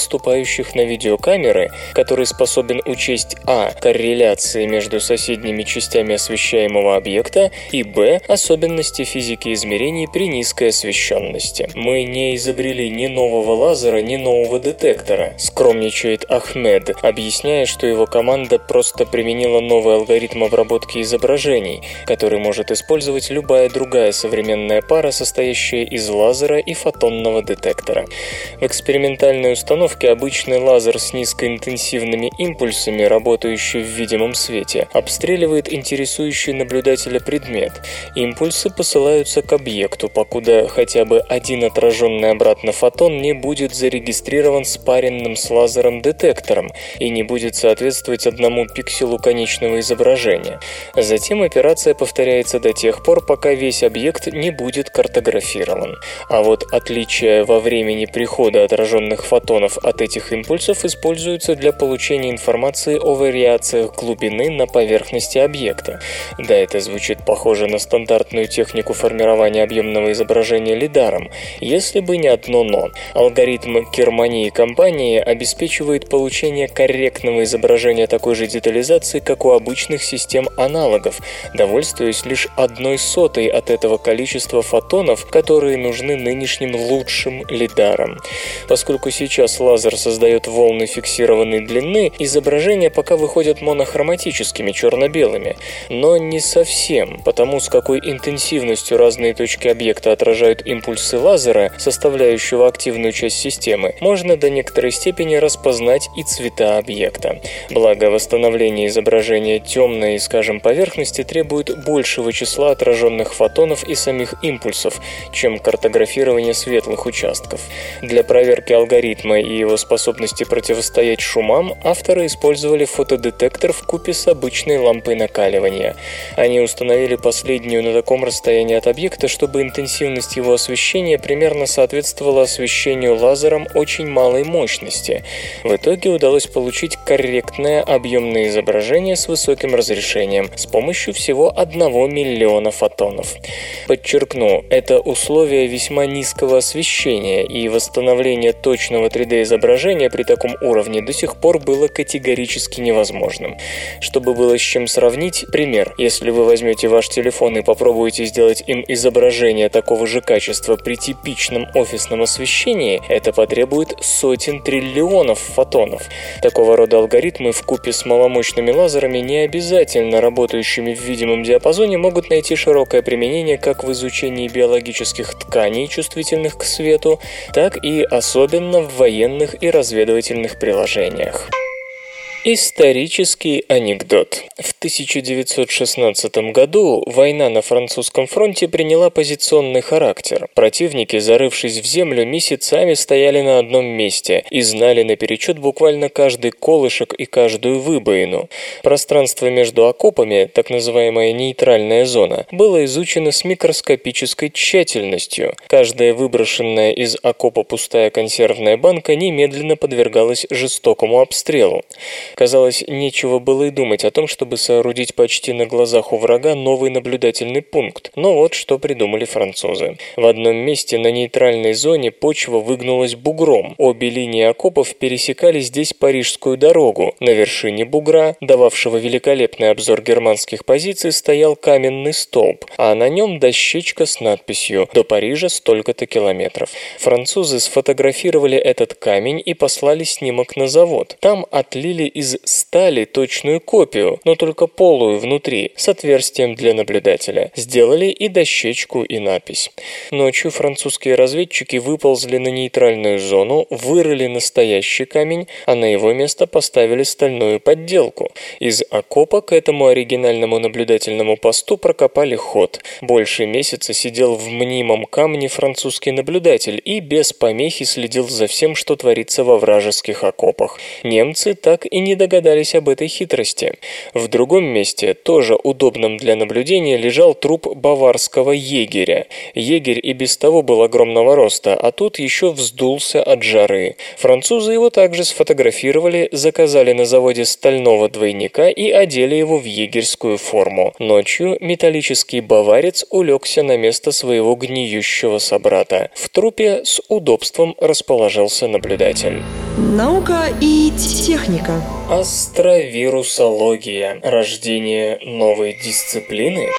поступающих на видеокамеры, который способен учесть а. корреляции между соседними частями освещаемого объекта и б. особенности физики измерений при низкой освещенности. «Мы не изобрели ни нового лазера, ни нового детектора», скромничает Ахмед, объясняя, что его команда просто применила новый алгоритм обработки изображений, который может использовать любая другая современная пара, состоящая из лазера и фотонного детектора. В экспериментальной установке обычный лазер с низкоинтенсивными импульсами, работающий в видимом свете, обстреливает интересующий наблюдателя предмет. Импульсы посылаются к объекту, покуда хотя бы один отраженный обратно фотон не будет зарегистрирован спаренным с лазером детектором и не будет соответствовать одному пикселу конечного изображения. Затем операция повторяется до тех пор, пока весь объект не будет картографирован. А вот отличия во времени прихода отраженных фотонов от этих импульсов используются для получения информации о вариациях глубины на поверхности объекта. Да, это звучит похоже на стандартную технику формирования объемного изображения лидаром, если бы не одно «но». Алгоритм Кермани и компании обеспечивает получение корректного изображения такой же детализации, как у обычных систем аналогов, довольствуясь лишь 1/100 от этого количества фотонов, которые нужны нынешним лучшим лидарам. Поскольку сейчас лазер создает волны фиксированной длины, изображения пока выходят монохроматическими, черно-белыми. Но не совсем, потому с какой интенсивностью разные точки объекта отражают импульсы лазера, составляющего активную часть системы, можно до некоторой степени распознать и цвета объекта. Благо, восстановление изображения темной, скажем, поверхности требует большего числа отраженных фотонов и самих импульсов, чем картографирование светлых участков. Для проверки алгоритма и его способности противостоять шумам авторы использовали фотодетектор вкупе с обычной лампой накаливания. Они установили последнюю на таком расстоянии от объекта, чтобы интенсивность его освещения примерно соответствовала освещению лазером очень малой мощности. В итоге удалось получить корректное объемное изображение с высоким разрешением с помощью всего 1 миллиона фотонов. Подчеркну, это условие весьма низкого освещения, и восстановление точного 3D-изображения при таком уровне до сих пор было категорически невозможным. Чтобы было с чем сравнить, пример. Если вы возьмете ваш телефон и попробуете сделать им изображение такого же качества при типичном офисном освещении, это потребует сотен триллионов фотонов. Такого рода алгоритмы вкупе с маломощными лазерами, не обязательно работающими в видимом диапазоне, могут найти широкое применение как в изучении биологических тканей, чувствительных к свету, так и особенно в военных и разведывательных приложениях. Исторический анекдот. В 1916 году война на французском фронте приняла позиционный характер. Противники, зарывшись в землю, месяцами стояли на одном месте и знали наперечет буквально каждый колышек и каждую выбоину. Пространство между окопами, так называемая нейтральная зона, было изучено с микроскопической тщательностью. Каждая выброшенная из окопа пустая консервная банка немедленно подвергалась жестокому обстрелу. Казалось, нечего было и думать о том, чтобы соорудить почти на глазах у врага новый наблюдательный пункт. Но вот что придумали французы. В одном месте на нейтральной зоне почва выгнулась бугром. Обе линии окопов пересекали здесь Парижскую дорогу. На вершине бугра, дававшего великолепный обзор германских позиций, стоял каменный столб, а на нем дощечка с надписью «До Парижа столько-то километров». Французы сфотографировали этот камень и послали снимок на завод. Там отлили из стали точную копию, но только полую внутри, с отверстием для наблюдателя. Сделали и дощечку, и надпись. Ночью французские разведчики выползли на нейтральную зону, вырыли настоящий камень, а на его место поставили стальную подделку. Из окопа к этому оригинальному наблюдательному посту прокопали ход. Больше месяца сидел в мнимом камне французский наблюдатель и без помехи следил за всем, что творится во вражеских окопах. Немцы так и не догадались об этой хитрости. В другом месте, тоже удобном для наблюдения, лежал труп баварского егеря. Егерь и без того был огромного роста, а тут еще вздулся от жары. Французы его также сфотографировали, заказали на заводе стального двойника и одели его в егерскую форму. Ночью металлический баварец улегся на место своего гниющего собрата. В трупе с удобством расположился наблюдатель. Наука и техника. Астровирусология. Рождение новой дисциплины.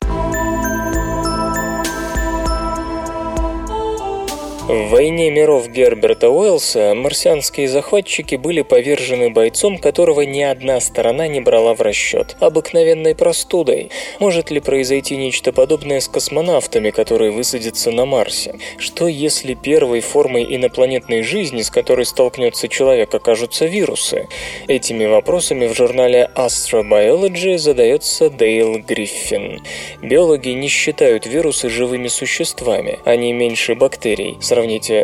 В «Войне миров» Герберта Уэллса марсианские захватчики были повержены бойцом, которого ни одна сторона не брала в расчет – обыкновенной простудой. Может ли произойти нечто подобное с космонавтами, которые высадятся на Марсе? Что если первой формой инопланетной жизни, с которой столкнется человек, окажутся вирусы? Этими вопросами в журнале Astrobiology задается Дейл Гриффин. Биологи не считают вирусы живыми существами, они меньше бактерий. Сравните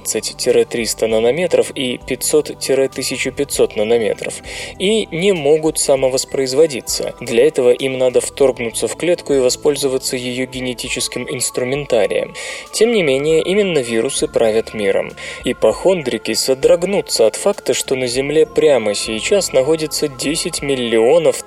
20-300 нанометров и 500-1500 нанометров. И не могут самовоспроизводиться. Для этого им надо вторгнуться в клетку и воспользоваться ее генетическим инструментарием. Тем не менее, именно вирусы правят миром. Ипохондрики содрогнутся от факта, что на Земле прямо сейчас находится 10 миллионов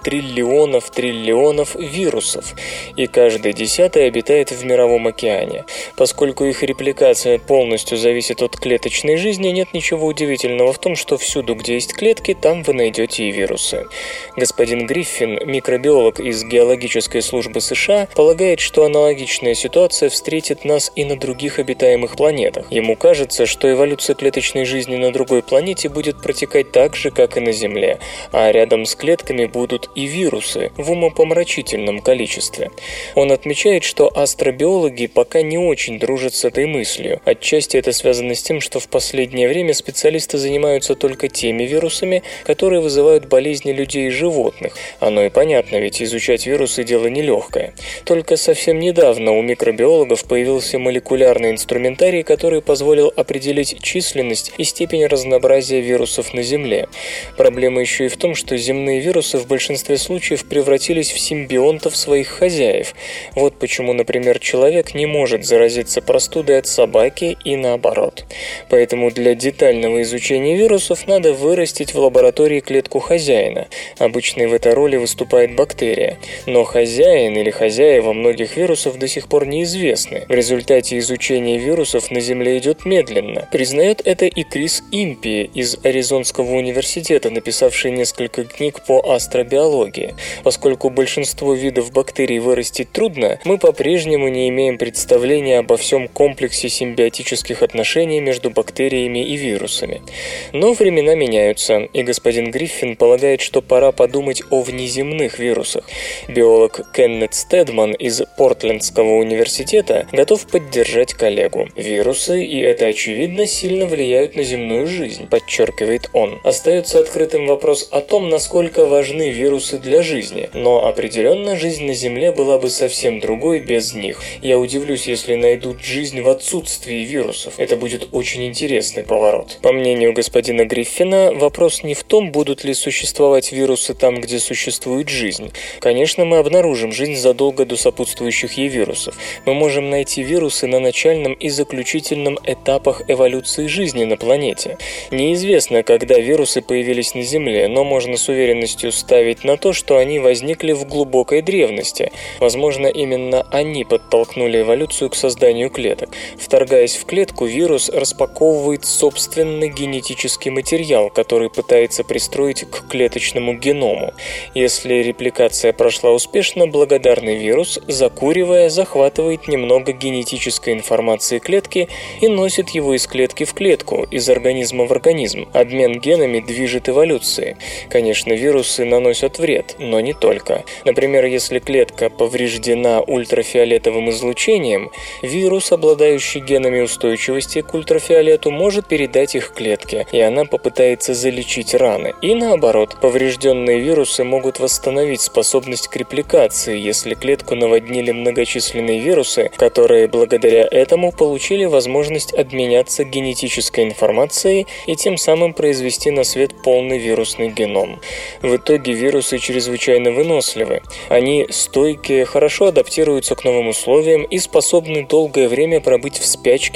триллионов вирусов. И каждый 10-й обитает в мировом океане. Поскольку их репликация полностью зависит от клеточной жизни, нет ничего удивительного в том, что всюду, где есть клетки, там вы найдете и вирусы. Господин Гриффин, микробиолог из Геологической службы США, полагает, что аналогичная ситуация встретит нас и на других обитаемых планетах. Ему кажется, что эволюция клеточной жизни на другой планете будет протекать так же, как и на Земле, а рядом с клетками будут и вирусы в умопомрачительном количестве. Он отмечает, что астробиологи пока не очень дружат с этой мыслью. Отчасти это связано с тем, что в последнее время специалисты занимаются только теми вирусами, которые вызывают болезни людей и животных. Оно и понятно, ведь изучать вирусы – дело нелегкое. Только совсем недавно у микробиологов появился молекулярный инструментарий, который позволил определить численность и степень разнообразия вирусов на Земле. Проблема еще и в том, что земные вирусы в большинстве случаев превратились в симбионтов своих хозяев. Вот почему, например, человек не может заразиться простудой от собаки и наоборот. Поэтому для детального изучения вирусов надо вырастить в лаборатории клетку хозяина. Обычно в этой роли выступает бактерия. Но хозяин или хозяева многих вирусов до сих пор неизвестны. В результате изучения вирусов на Земле идет медленно. Признает это и Крис Импи из Аризонского университета, написавший несколько книг по астробиологии. Поскольку большинство видов бактерий вырастить трудно, мы по-прежнему не имеем представления обо всем комплексе симбиотических отношений между бактериями и вирусами. Но времена меняются, и господин Гриффин полагает, что пора подумать о внеземных вирусах. Биолог Кеннет Стедман из Портлендского университета готов поддержать коллегу. Вирусы, и это очевидно, сильно влияют на земную жизнь, подчеркивает он. Остается открытым вопрос о том, насколько важны вирусы для жизни, но определенно жизнь на Земле была бы совсем другой без них. Я удивлюсь, если найдут жизнь в отсутствии вирусов. Это будет очень интересный поворот. По мнению господина Гриффина, вопрос не в том, будут ли существовать вирусы там, где существует жизнь. Конечно, мы обнаружим жизнь задолго до сопутствующих ей вирусов. Мы можем найти вирусы на начальном и заключительном этапах эволюции жизни на планете. Неизвестно, когда вирусы появились на Земле, но можно с уверенностью ставить на то, что они возникли в глубокой древности. Возможно, именно они подтолкнули эволюцию к созданию клеток. Вторгаясь в клетку, вирус распаковывает собственный генетический материал, который пытается пристроить к клеточному геному. Если репликация прошла успешно, благодарный вирус, закуривая, захватывает немного генетической информации клетки и носит его из клетки в клетку, из организма в организм. Обмен генами движет эволюцией. Конечно, вирусы наносят вред, но не только. Например, если клетка повреждена ультрафиолетовым излучением, вирус, обладающий генами устойчивости к ультрафиолету, может передать их клетке, и она попытается залечить раны. И наоборот, поврежденные вирусы могут восстановить способность к репликации, если клетку наводнили многочисленные вирусы, которые благодаря этому получили возможность обменяться генетической информацией и тем самым произвести на свет полный вирусный геном. В итоге вирусы чрезвычайно выносливы. Они стойкие, хорошо адаптируются к новым условиям и способны долгое время пробыть в спячке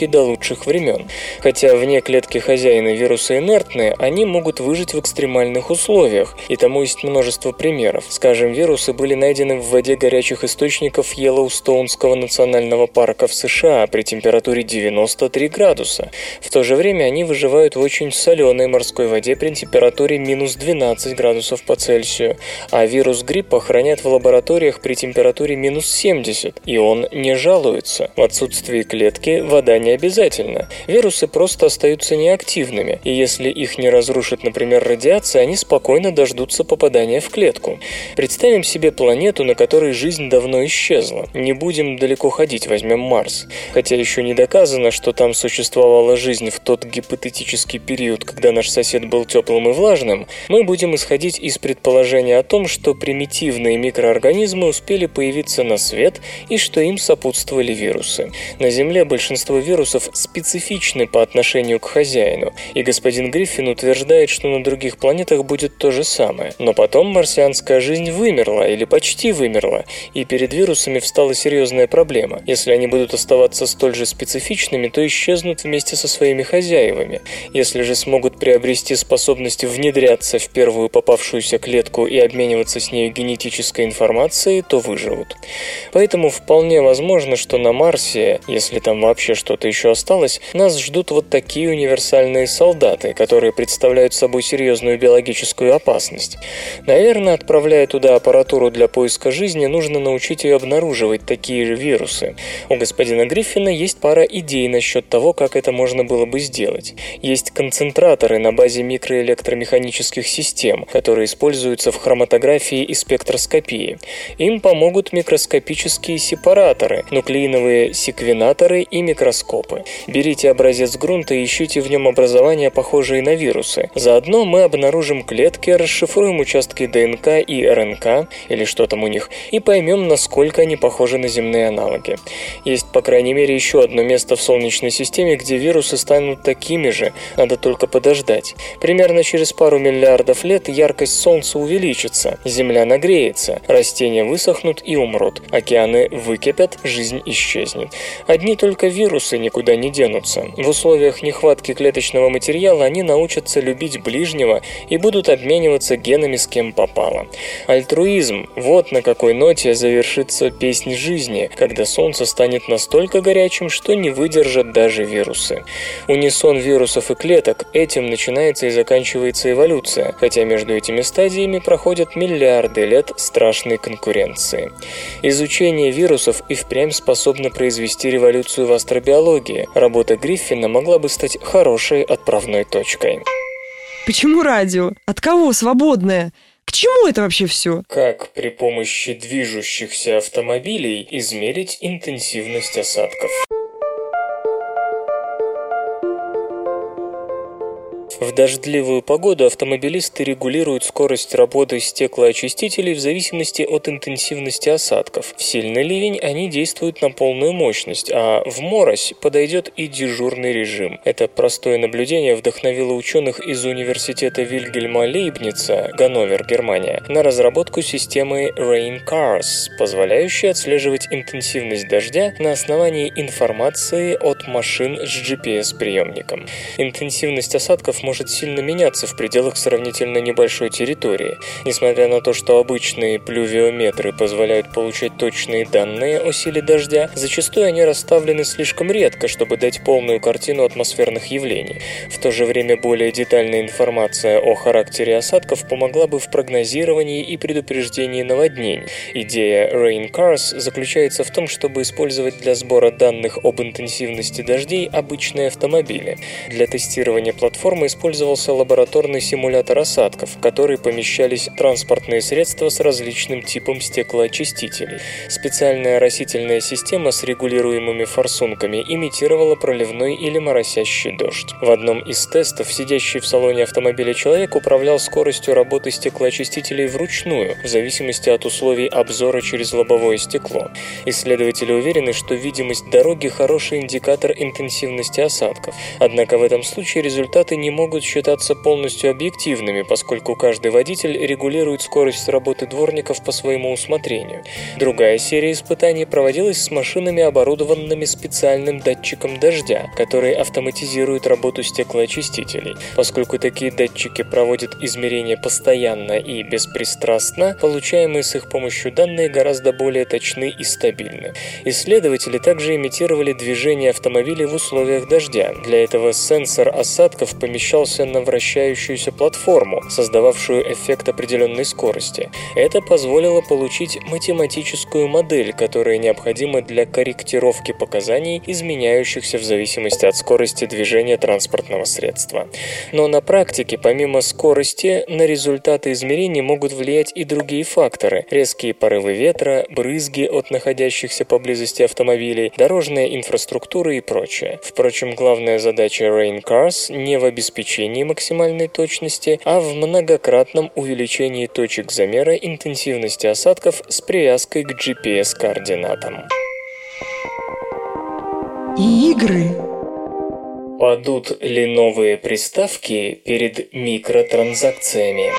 клетки до лучших времен. Хотя вне клетки хозяина вирусы инертны, они могут выжить в экстремальных условиях, и тому есть множество примеров. Скажем, вирусы были найдены в воде горячих источников Йеллоустоунского национального парка в США при температуре 93 градуса. В то же время они выживают в очень соленой морской воде при температуре минус 12 градусов по Цельсию, а вирус гриппа хранят в лабораториях при температуре минус 70, и он не жалуется. В отсутствии клетки вода не обязательна. Вирусы просто остаются неактивными, и если их не разрушит, например, радиация, они спокойно дождутся попадания в клетку. Представим себе планету, на которой жизнь давно исчезла. Не будем далеко ходить, возьмем Марс. Хотя еще не доказано, что там существовала жизнь в тот гипотетический период, когда наш сосед был теплым и влажным, мы будем исходить из предположения о том, что примитивные микроорганизмы успели появиться на свет и что им сопутствовали вирусы. На Земле большинство вирусов специфичны по отношению к хозяину, и господин Гриффин утверждает, что на других планетах будет то же самое. Но потом марсианская жизнь вымерла или почти вымерла, и перед вирусами встала серьезная проблема. Если они будут оставаться столь же специфичными, то исчезнут вместе со своими хозяевами. Если же смогут приобрести способность внедряться в первую попавшуюся клетку и обмениваться с ней генетической информацией, то выживут. Поэтому вполне возможно, что на Марсе, если там вообще что-то еще осталось, нас ждут вот такие универсальные солдаты, которые представляют собой серьезную биологическую опасность. Наверное, отправляя туда аппаратуру для поиска жизни, нужно научить ее обнаруживать такие же вирусы. У господина Гриффина есть пара идей насчет того, как это можно было бы сделать. Есть концентраторы на базе микроэлектромеханических систем, которые используются в хроматографии и спектроскопии. Им помогут микроскопические сепараторы, нуклеиновые секвенаторы и микроскопы. Берите образец грунта и ищите в нем образования, похожие на вирусы. Заодно мы обнаружим клетки, расшифруем участки ДНК и РНК, или что там у них, и поймем, насколько они похожи на земные аналоги. Есть, по крайней мере, еще одно место в Солнечной системе, где вирусы станут такими же, надо только подождать. Примерно через пару миллиардов лет яркость Солнца увеличится, Земля нагреется, растения высохнут и умрут, океаны выкипят, жизнь исчезнет. Одни только вирусы никуда не денутся. В условиях нехватки клеточного материала они научатся любить ближнего и будут обмениваться генами с кем попало. Альтруизм – вот на какой ноте завершится песнь жизни, когда Солнце станет настолько горячим, что не выдержат даже вирусы. Унисон вирусов и клеток – этим начинается и заканчивается эволюция, хотя между этими стадиями проходят миллиарды лет страшной конкуренции. Изучение вирусов и впрямь способно произвести революцию в астробиологии. Работа Гриффина могла бы стать хорошей отправной точкой. Почему радио? От кого свободное? К чему это вообще все? Как при помощи движущихся автомобилей измерить интенсивность осадков? В дождливую погоду автомобилисты регулируют скорость работы стеклоочистителей в зависимости от интенсивности осадков. В сильный ливень они действуют на полную мощность, а в морось подойдет и дежурный режим. Это простое наблюдение вдохновило ученых из университета Вильгельма Лейбница, Ганновер, Германия, на разработку системы Rain Cars, позволяющей отслеживать интенсивность дождя на основании информации от машин с GPS-приемником. Интенсивность осадков может сильно меняться в пределах сравнительно небольшой территории. Несмотря на то, что обычные плювиометры позволяют получать точные данные о силе дождя, зачастую они расставлены слишком редко, чтобы дать полную картину атмосферных явлений. В то же время более детальная информация о характере осадков помогла бы в прогнозировании и предупреждении наводнений. Идея Rain Cars заключается в том, чтобы использовать для сбора данных об интенсивности дождей обычные автомобили. Для тестирования платформы использовался лабораторный симулятор осадков, в который помещались транспортные средства с различным типом стеклоочистителей. Специальная оросительная система с регулируемыми форсунками имитировала проливной или моросящий дождь. В одном из тестов сидящий в салоне автомобиля человек управлял скоростью работы стеклоочистителей вручную, в зависимости от условий обзора через лобовое стекло. Исследователи уверены, что видимость дороги – хороший индикатор интенсивности осадков. Однако в этом случае результаты не могут могут считаться полностью объективными, поскольку каждый водитель регулирует скорость работы дворников по своему усмотрению. Другая серия испытаний проводилась с машинами, оборудованными специальным датчиком дождя, который автоматизирует работу стеклоочистителей. Поскольку такие датчики проводят измерения постоянно и беспристрастно, получаемые с их помощью данные гораздо более точны и стабильны. Исследователи также имитировали движение автомобилей в условиях дождя. Для этого сенсор осадков помещался на вращающуюся платформу, создававшую эффект определенной скорости. Это позволило получить математическую модель, которая необходима для корректировки показаний, изменяющихся в зависимости от скорости движения транспортного средства. Но на практике, помимо скорости, на результаты измерений могут влиять и другие факторы – резкие порывы ветра, брызги от находящихся поблизости автомобилей, дорожная инфраструктура и прочее. Впрочем, главная задача Rain Cars не в обеспечении максимальной точности, а в многократном увеличении точек замера интенсивности осадков с привязкой к GPS-координатам. Игры. Падут ли новые приставки перед микротранзакциями?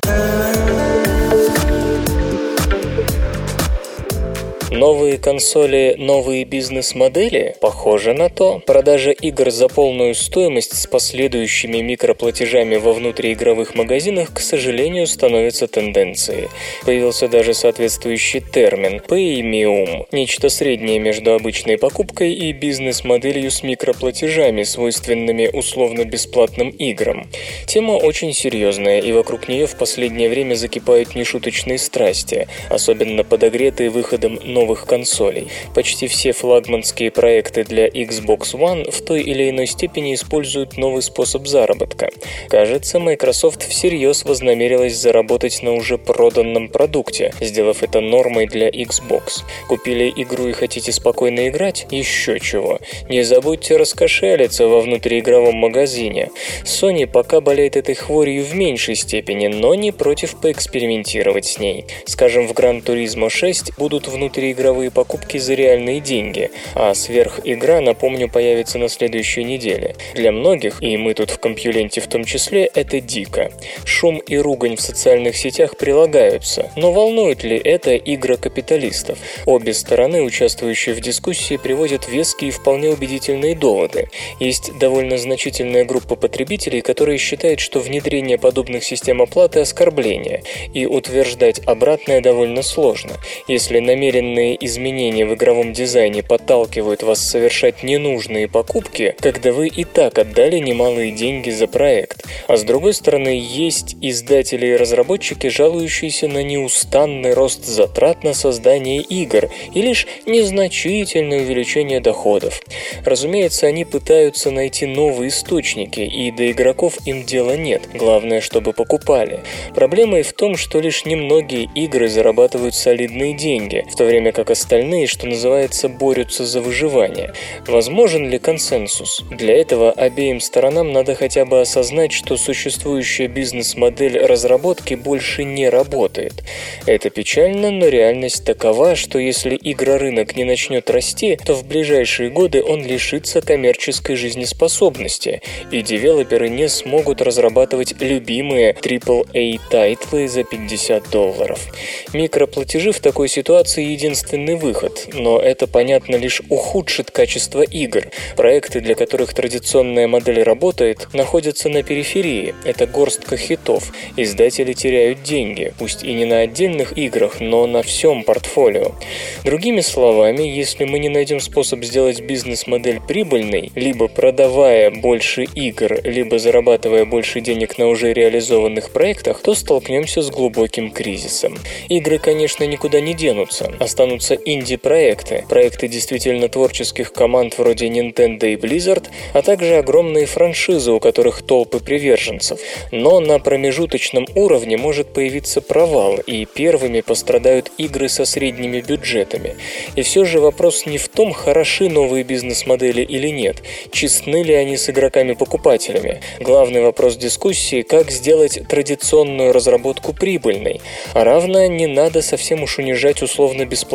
Новые консоли, новые бизнес-модели? Похоже на то. Продажа игр за полную стоимость с последующими микроплатежами во внутриигровых магазинах, к сожалению, становится тенденцией. Появился даже соответствующий термин – «Paymium» – нечто среднее между обычной покупкой и бизнес-моделью с микроплатежами, свойственными условно-бесплатным играм. Тема очень серьезная, и вокруг нее в последнее время закипают нешуточные страсти, особенно подогретые выходом новых консолей. Почти все флагманские проекты для Xbox One в той или иной степени используют новый способ заработка. Кажется, Microsoft всерьез вознамерилась заработать на уже проданном продукте, сделав это нормой для Xbox. Купили игру и хотите спокойно играть? Еще чего. Не забудьте раскошелиться во внутриигровом магазине. Sony пока болеет этой хворью в меньшей степени, но не против поэкспериментировать с ней. Скажем, в Gran Turismo 6 будут внутриигровые покупки за реальные деньги, а сверхигра, напомню, появится на следующей неделе. Для многих, и мы тут в Компьюленте в том числе, это дико. Шум и ругань в социальных сетях прилагаются, но волнует ли это игрокапиталистов? Обе стороны, участвующие в дискуссии, приводят веские и вполне убедительные доводы. Есть довольно значительная группа потребителей, которые считают, что внедрение подобных систем оплаты – оскорбление, и утверждать обратное довольно сложно. Если намеренные изменения в игровом дизайне подталкивают вас совершать ненужные покупки, когда вы и так отдали немалые деньги за проект. А с другой стороны, есть издатели и разработчики, жалующиеся на неустанный рост затрат на создание игр и лишь незначительное увеличение доходов. Разумеется, они пытаются найти новые источники, и до игроков им дела нет, главное, чтобы покупали. Проблема и в том, что лишь немногие игры зарабатывают солидные деньги, в то время как остальные, что называется, борются за выживание. Возможен ли консенсус? Для этого обеим сторонам надо хотя бы осознать, что существующая бизнес-модель разработки больше не работает. Это печально, но реальность такова, что если игрорынок не начнет расти, то в ближайшие годы он лишится коммерческой жизнеспособности, и девелоперы не смогут разрабатывать любимые AAA-тайтлы за $50. Микроплатежи в такой ситуации единственный выход, но это, понятно, лишь ухудшит качество игр. Проекты, для которых традиционная модель работает, находятся на периферии. Это горстка хитов. Издатели теряют деньги, пусть и не на отдельных играх, но на всем портфолио. Другими словами, если мы не найдем способ сделать бизнес-модель прибыльной, либо продавая больше игр, либо зарабатывая больше денег на уже реализованных проектах, то столкнемся с глубоким кризисом. Игры, конечно, никуда не денутся. Останутся инди-проекты, проекты действительно творческих команд вроде Nintendo и Blizzard, а также огромные франшизы, у которых толпы приверженцев. Но на промежуточном уровне может появиться провал, и первыми пострадают игры со средними бюджетами. И все же вопрос не в том, хороши новые бизнес-модели или нет, честны ли они с игроками-покупателями. Главный вопрос дискуссии – как сделать традиционную разработку прибыльной. А равно не надо совсем уж унижать условно-бесплатные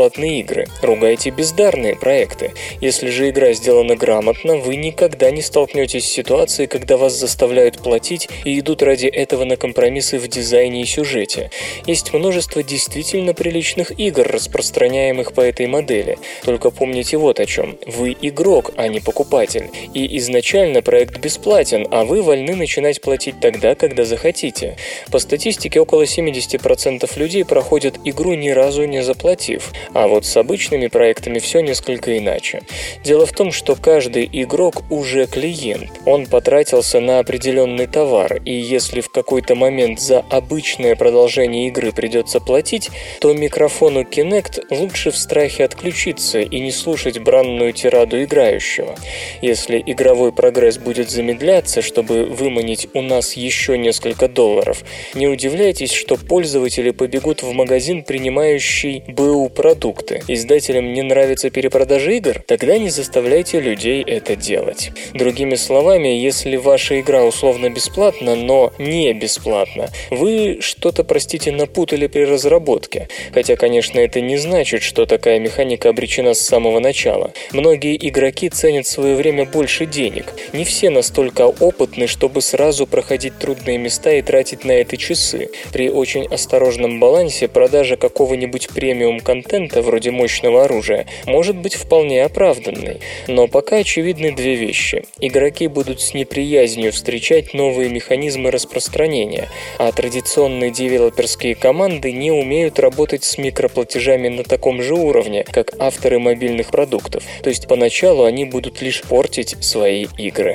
бесплатные игры. Ругайте бездарные проекты. Если же игра сделана грамотно, вы никогда не столкнетесь с ситуацией, когда вас заставляют платить и идут ради этого на компромиссы в дизайне и сюжете. Есть множество действительно приличных игр, распространяемых по этой модели. Только помните вот о чем. Вы игрок, а не покупатель. И изначально проект бесплатен, а вы вольны начинать платить тогда, когда захотите. По статистике, около 70% людей проходят игру, ни разу не заплатив. А вот с обычными проектами все несколько иначе. Дело в том, что каждый игрок уже клиент. Он потратился на определенный товар, и если в какой-то момент за обычное продолжение игры придется платить, то микрофону Kinect лучше в страхе отключиться и не слушать бранную тираду играющего. Если игровой прогресс будет замедляться, чтобы выманить у нас еще несколько долларов, не удивляйтесь, что пользователи побегут в магазин, принимающий БУ продукты. Издателям не нравится перепродажа игр? Тогда не заставляйте людей это делать. Другими словами, если ваша игра условно бесплатна, но не бесплатна, вы что-то, простите, напутали при разработке. Хотя, конечно, это не значит, что такая механика обречена с самого начала. Многие игроки ценят свое время больше денег. Не все настолько опытны, чтобы сразу проходить трудные места и тратить на это часы. При очень осторожном балансе продажа какого-нибудь премиум-контента, вроде мощного оружия, может быть вполне оправданной. Но пока очевидны две вещи. Игроки будут с неприязнью встречать новые механизмы распространения, а традиционные девелоперские команды не умеют работать с микроплатежами на таком же уровне, как авторы мобильных продуктов. То есть поначалу они будут лишь портить свои игры.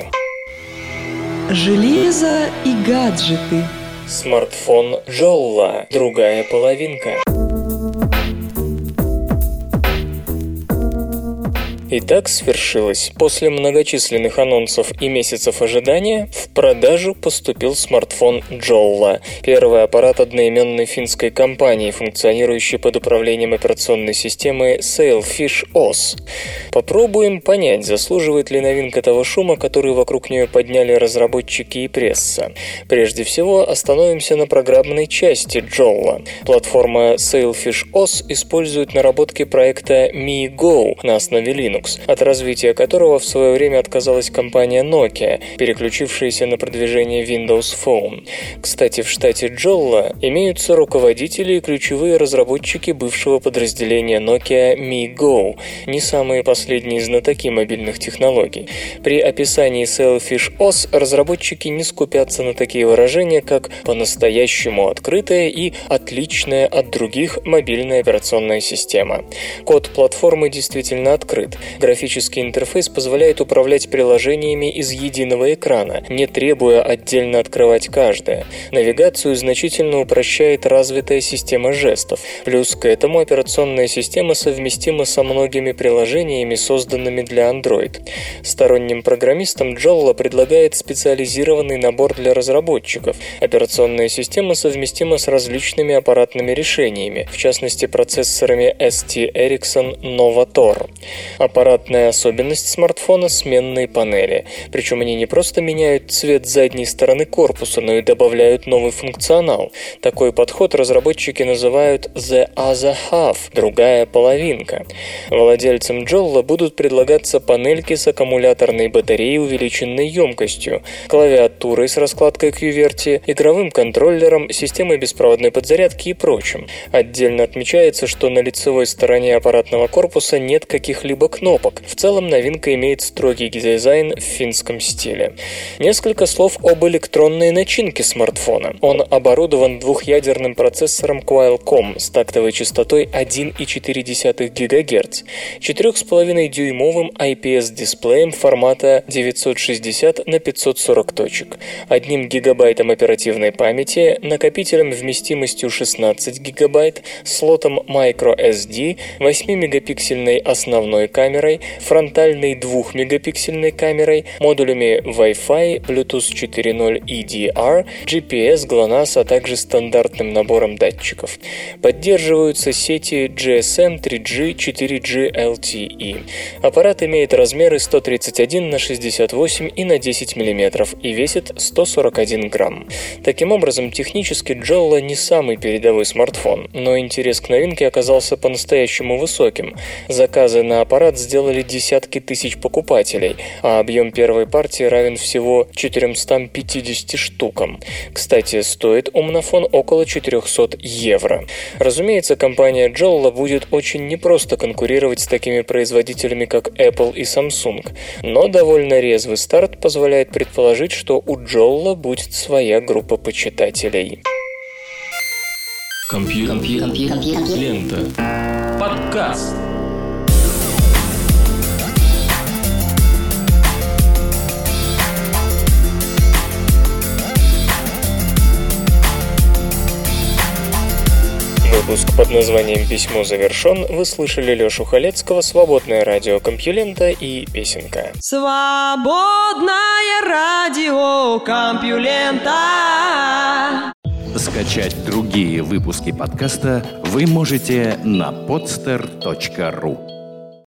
Железо и гаджеты. Смартфон Jolla. Другая половинка. Итак, свершилось. После многочисленных анонсов и месяцев ожидания в продажу поступил смартфон Jolla. Первый аппарат одноименной финской компании, функционирующий под управлением операционной системы Sailfish OS. Попробуем понять, заслуживает ли новинка того шума, который вокруг нее подняли разработчики и пресса. Прежде всего, остановимся на программной части Jolla. Платформа Sailfish OS использует наработки проекта MeeGo на основе Linux, от развития которого в свое время отказалась компания Nokia, переключившаяся на продвижение Windows Phone. Кстати, в штате Jolla имеются руководители и ключевые разработчики бывшего подразделения Nokia MeeGo, не самые последние знатоки мобильных технологий. При описании Sailfish OS разработчики не скупятся на такие выражения, как «по-настоящему открытая» и «отличная от других мобильная операционная система». Код платформы действительно открыт. Графический интерфейс позволяет управлять приложениями из единого экрана, не требуя отдельно открывать каждое. Навигацию значительно упрощает развитая система жестов. Плюс к этому операционная система совместима со многими приложениями, созданными для Android. Сторонним программистам Jolla предлагает специализированный набор для разработчиков. Операционная система совместима с различными аппаратными решениями, в частности процессорами ST Ericsson Novator. Аппаратная особенность смартфона – сменные панели. Причем они не просто меняют цвет задней стороны корпуса, но и добавляют новый функционал. Такой подход разработчики называют «the other half» – другая половинка. Владельцам Jolla будут предлагаться панельки с аккумуляторной батареей увеличенной емкостью, клавиатурой с раскладкой QWERTY, игровым контроллером, системой беспроводной подзарядки и прочим. Отдельно отмечается, что на лицевой стороне аппаратного корпуса нет каких-либо кнопок. В целом новинка имеет строгий дизайн в финском стиле. Несколько слов об электронной начинке смартфона. Он оборудован двухъядерным процессором Qualcomm с тактовой частотой 1,4 ГГц, 4,5-дюймовым IPS-дисплеем формата 960 на 540 точек, 1 гигабайтом оперативной памяти, накопителем вместимостью 16 ГБ, слотом microSD, 8-мегапиксельной основной камерой, камерой, фронтальной 2-мегапиксельной камерой, модулями Wi-Fi, Bluetooth 4.0 EDR, GPS, GLONASS, а также стандартным набором датчиков. Поддерживаются сети GSM, 3G, 4G LTE. Аппарат имеет размеры 131 на 68 и на 10 мм и весит 141 грамм. Таким образом, технически Jollla не самый передовой смартфон, но интерес к новинке оказался по-настоящему высоким. Заказы на аппарат сделали десятки тысяч покупателей, а объем первой партии равен всего 450 штукам. Кстати, стоит умнофон около 400 евро. Разумеется, компания Jollla будет очень непросто конкурировать с такими производителями, как Apple и Samsung, но довольно резвый старт позволяет предположить, что у Jollla будет своя группа почитателей. Лента. Подкаст. Выпуск под названием «Письмо завершен». Вы слышали Лешу Халецкого, «Свободное радио Компьюлента» и «Песенка». Свободное радио Компьюлента. Скачать другие выпуски подкаста вы можете на podster.ru.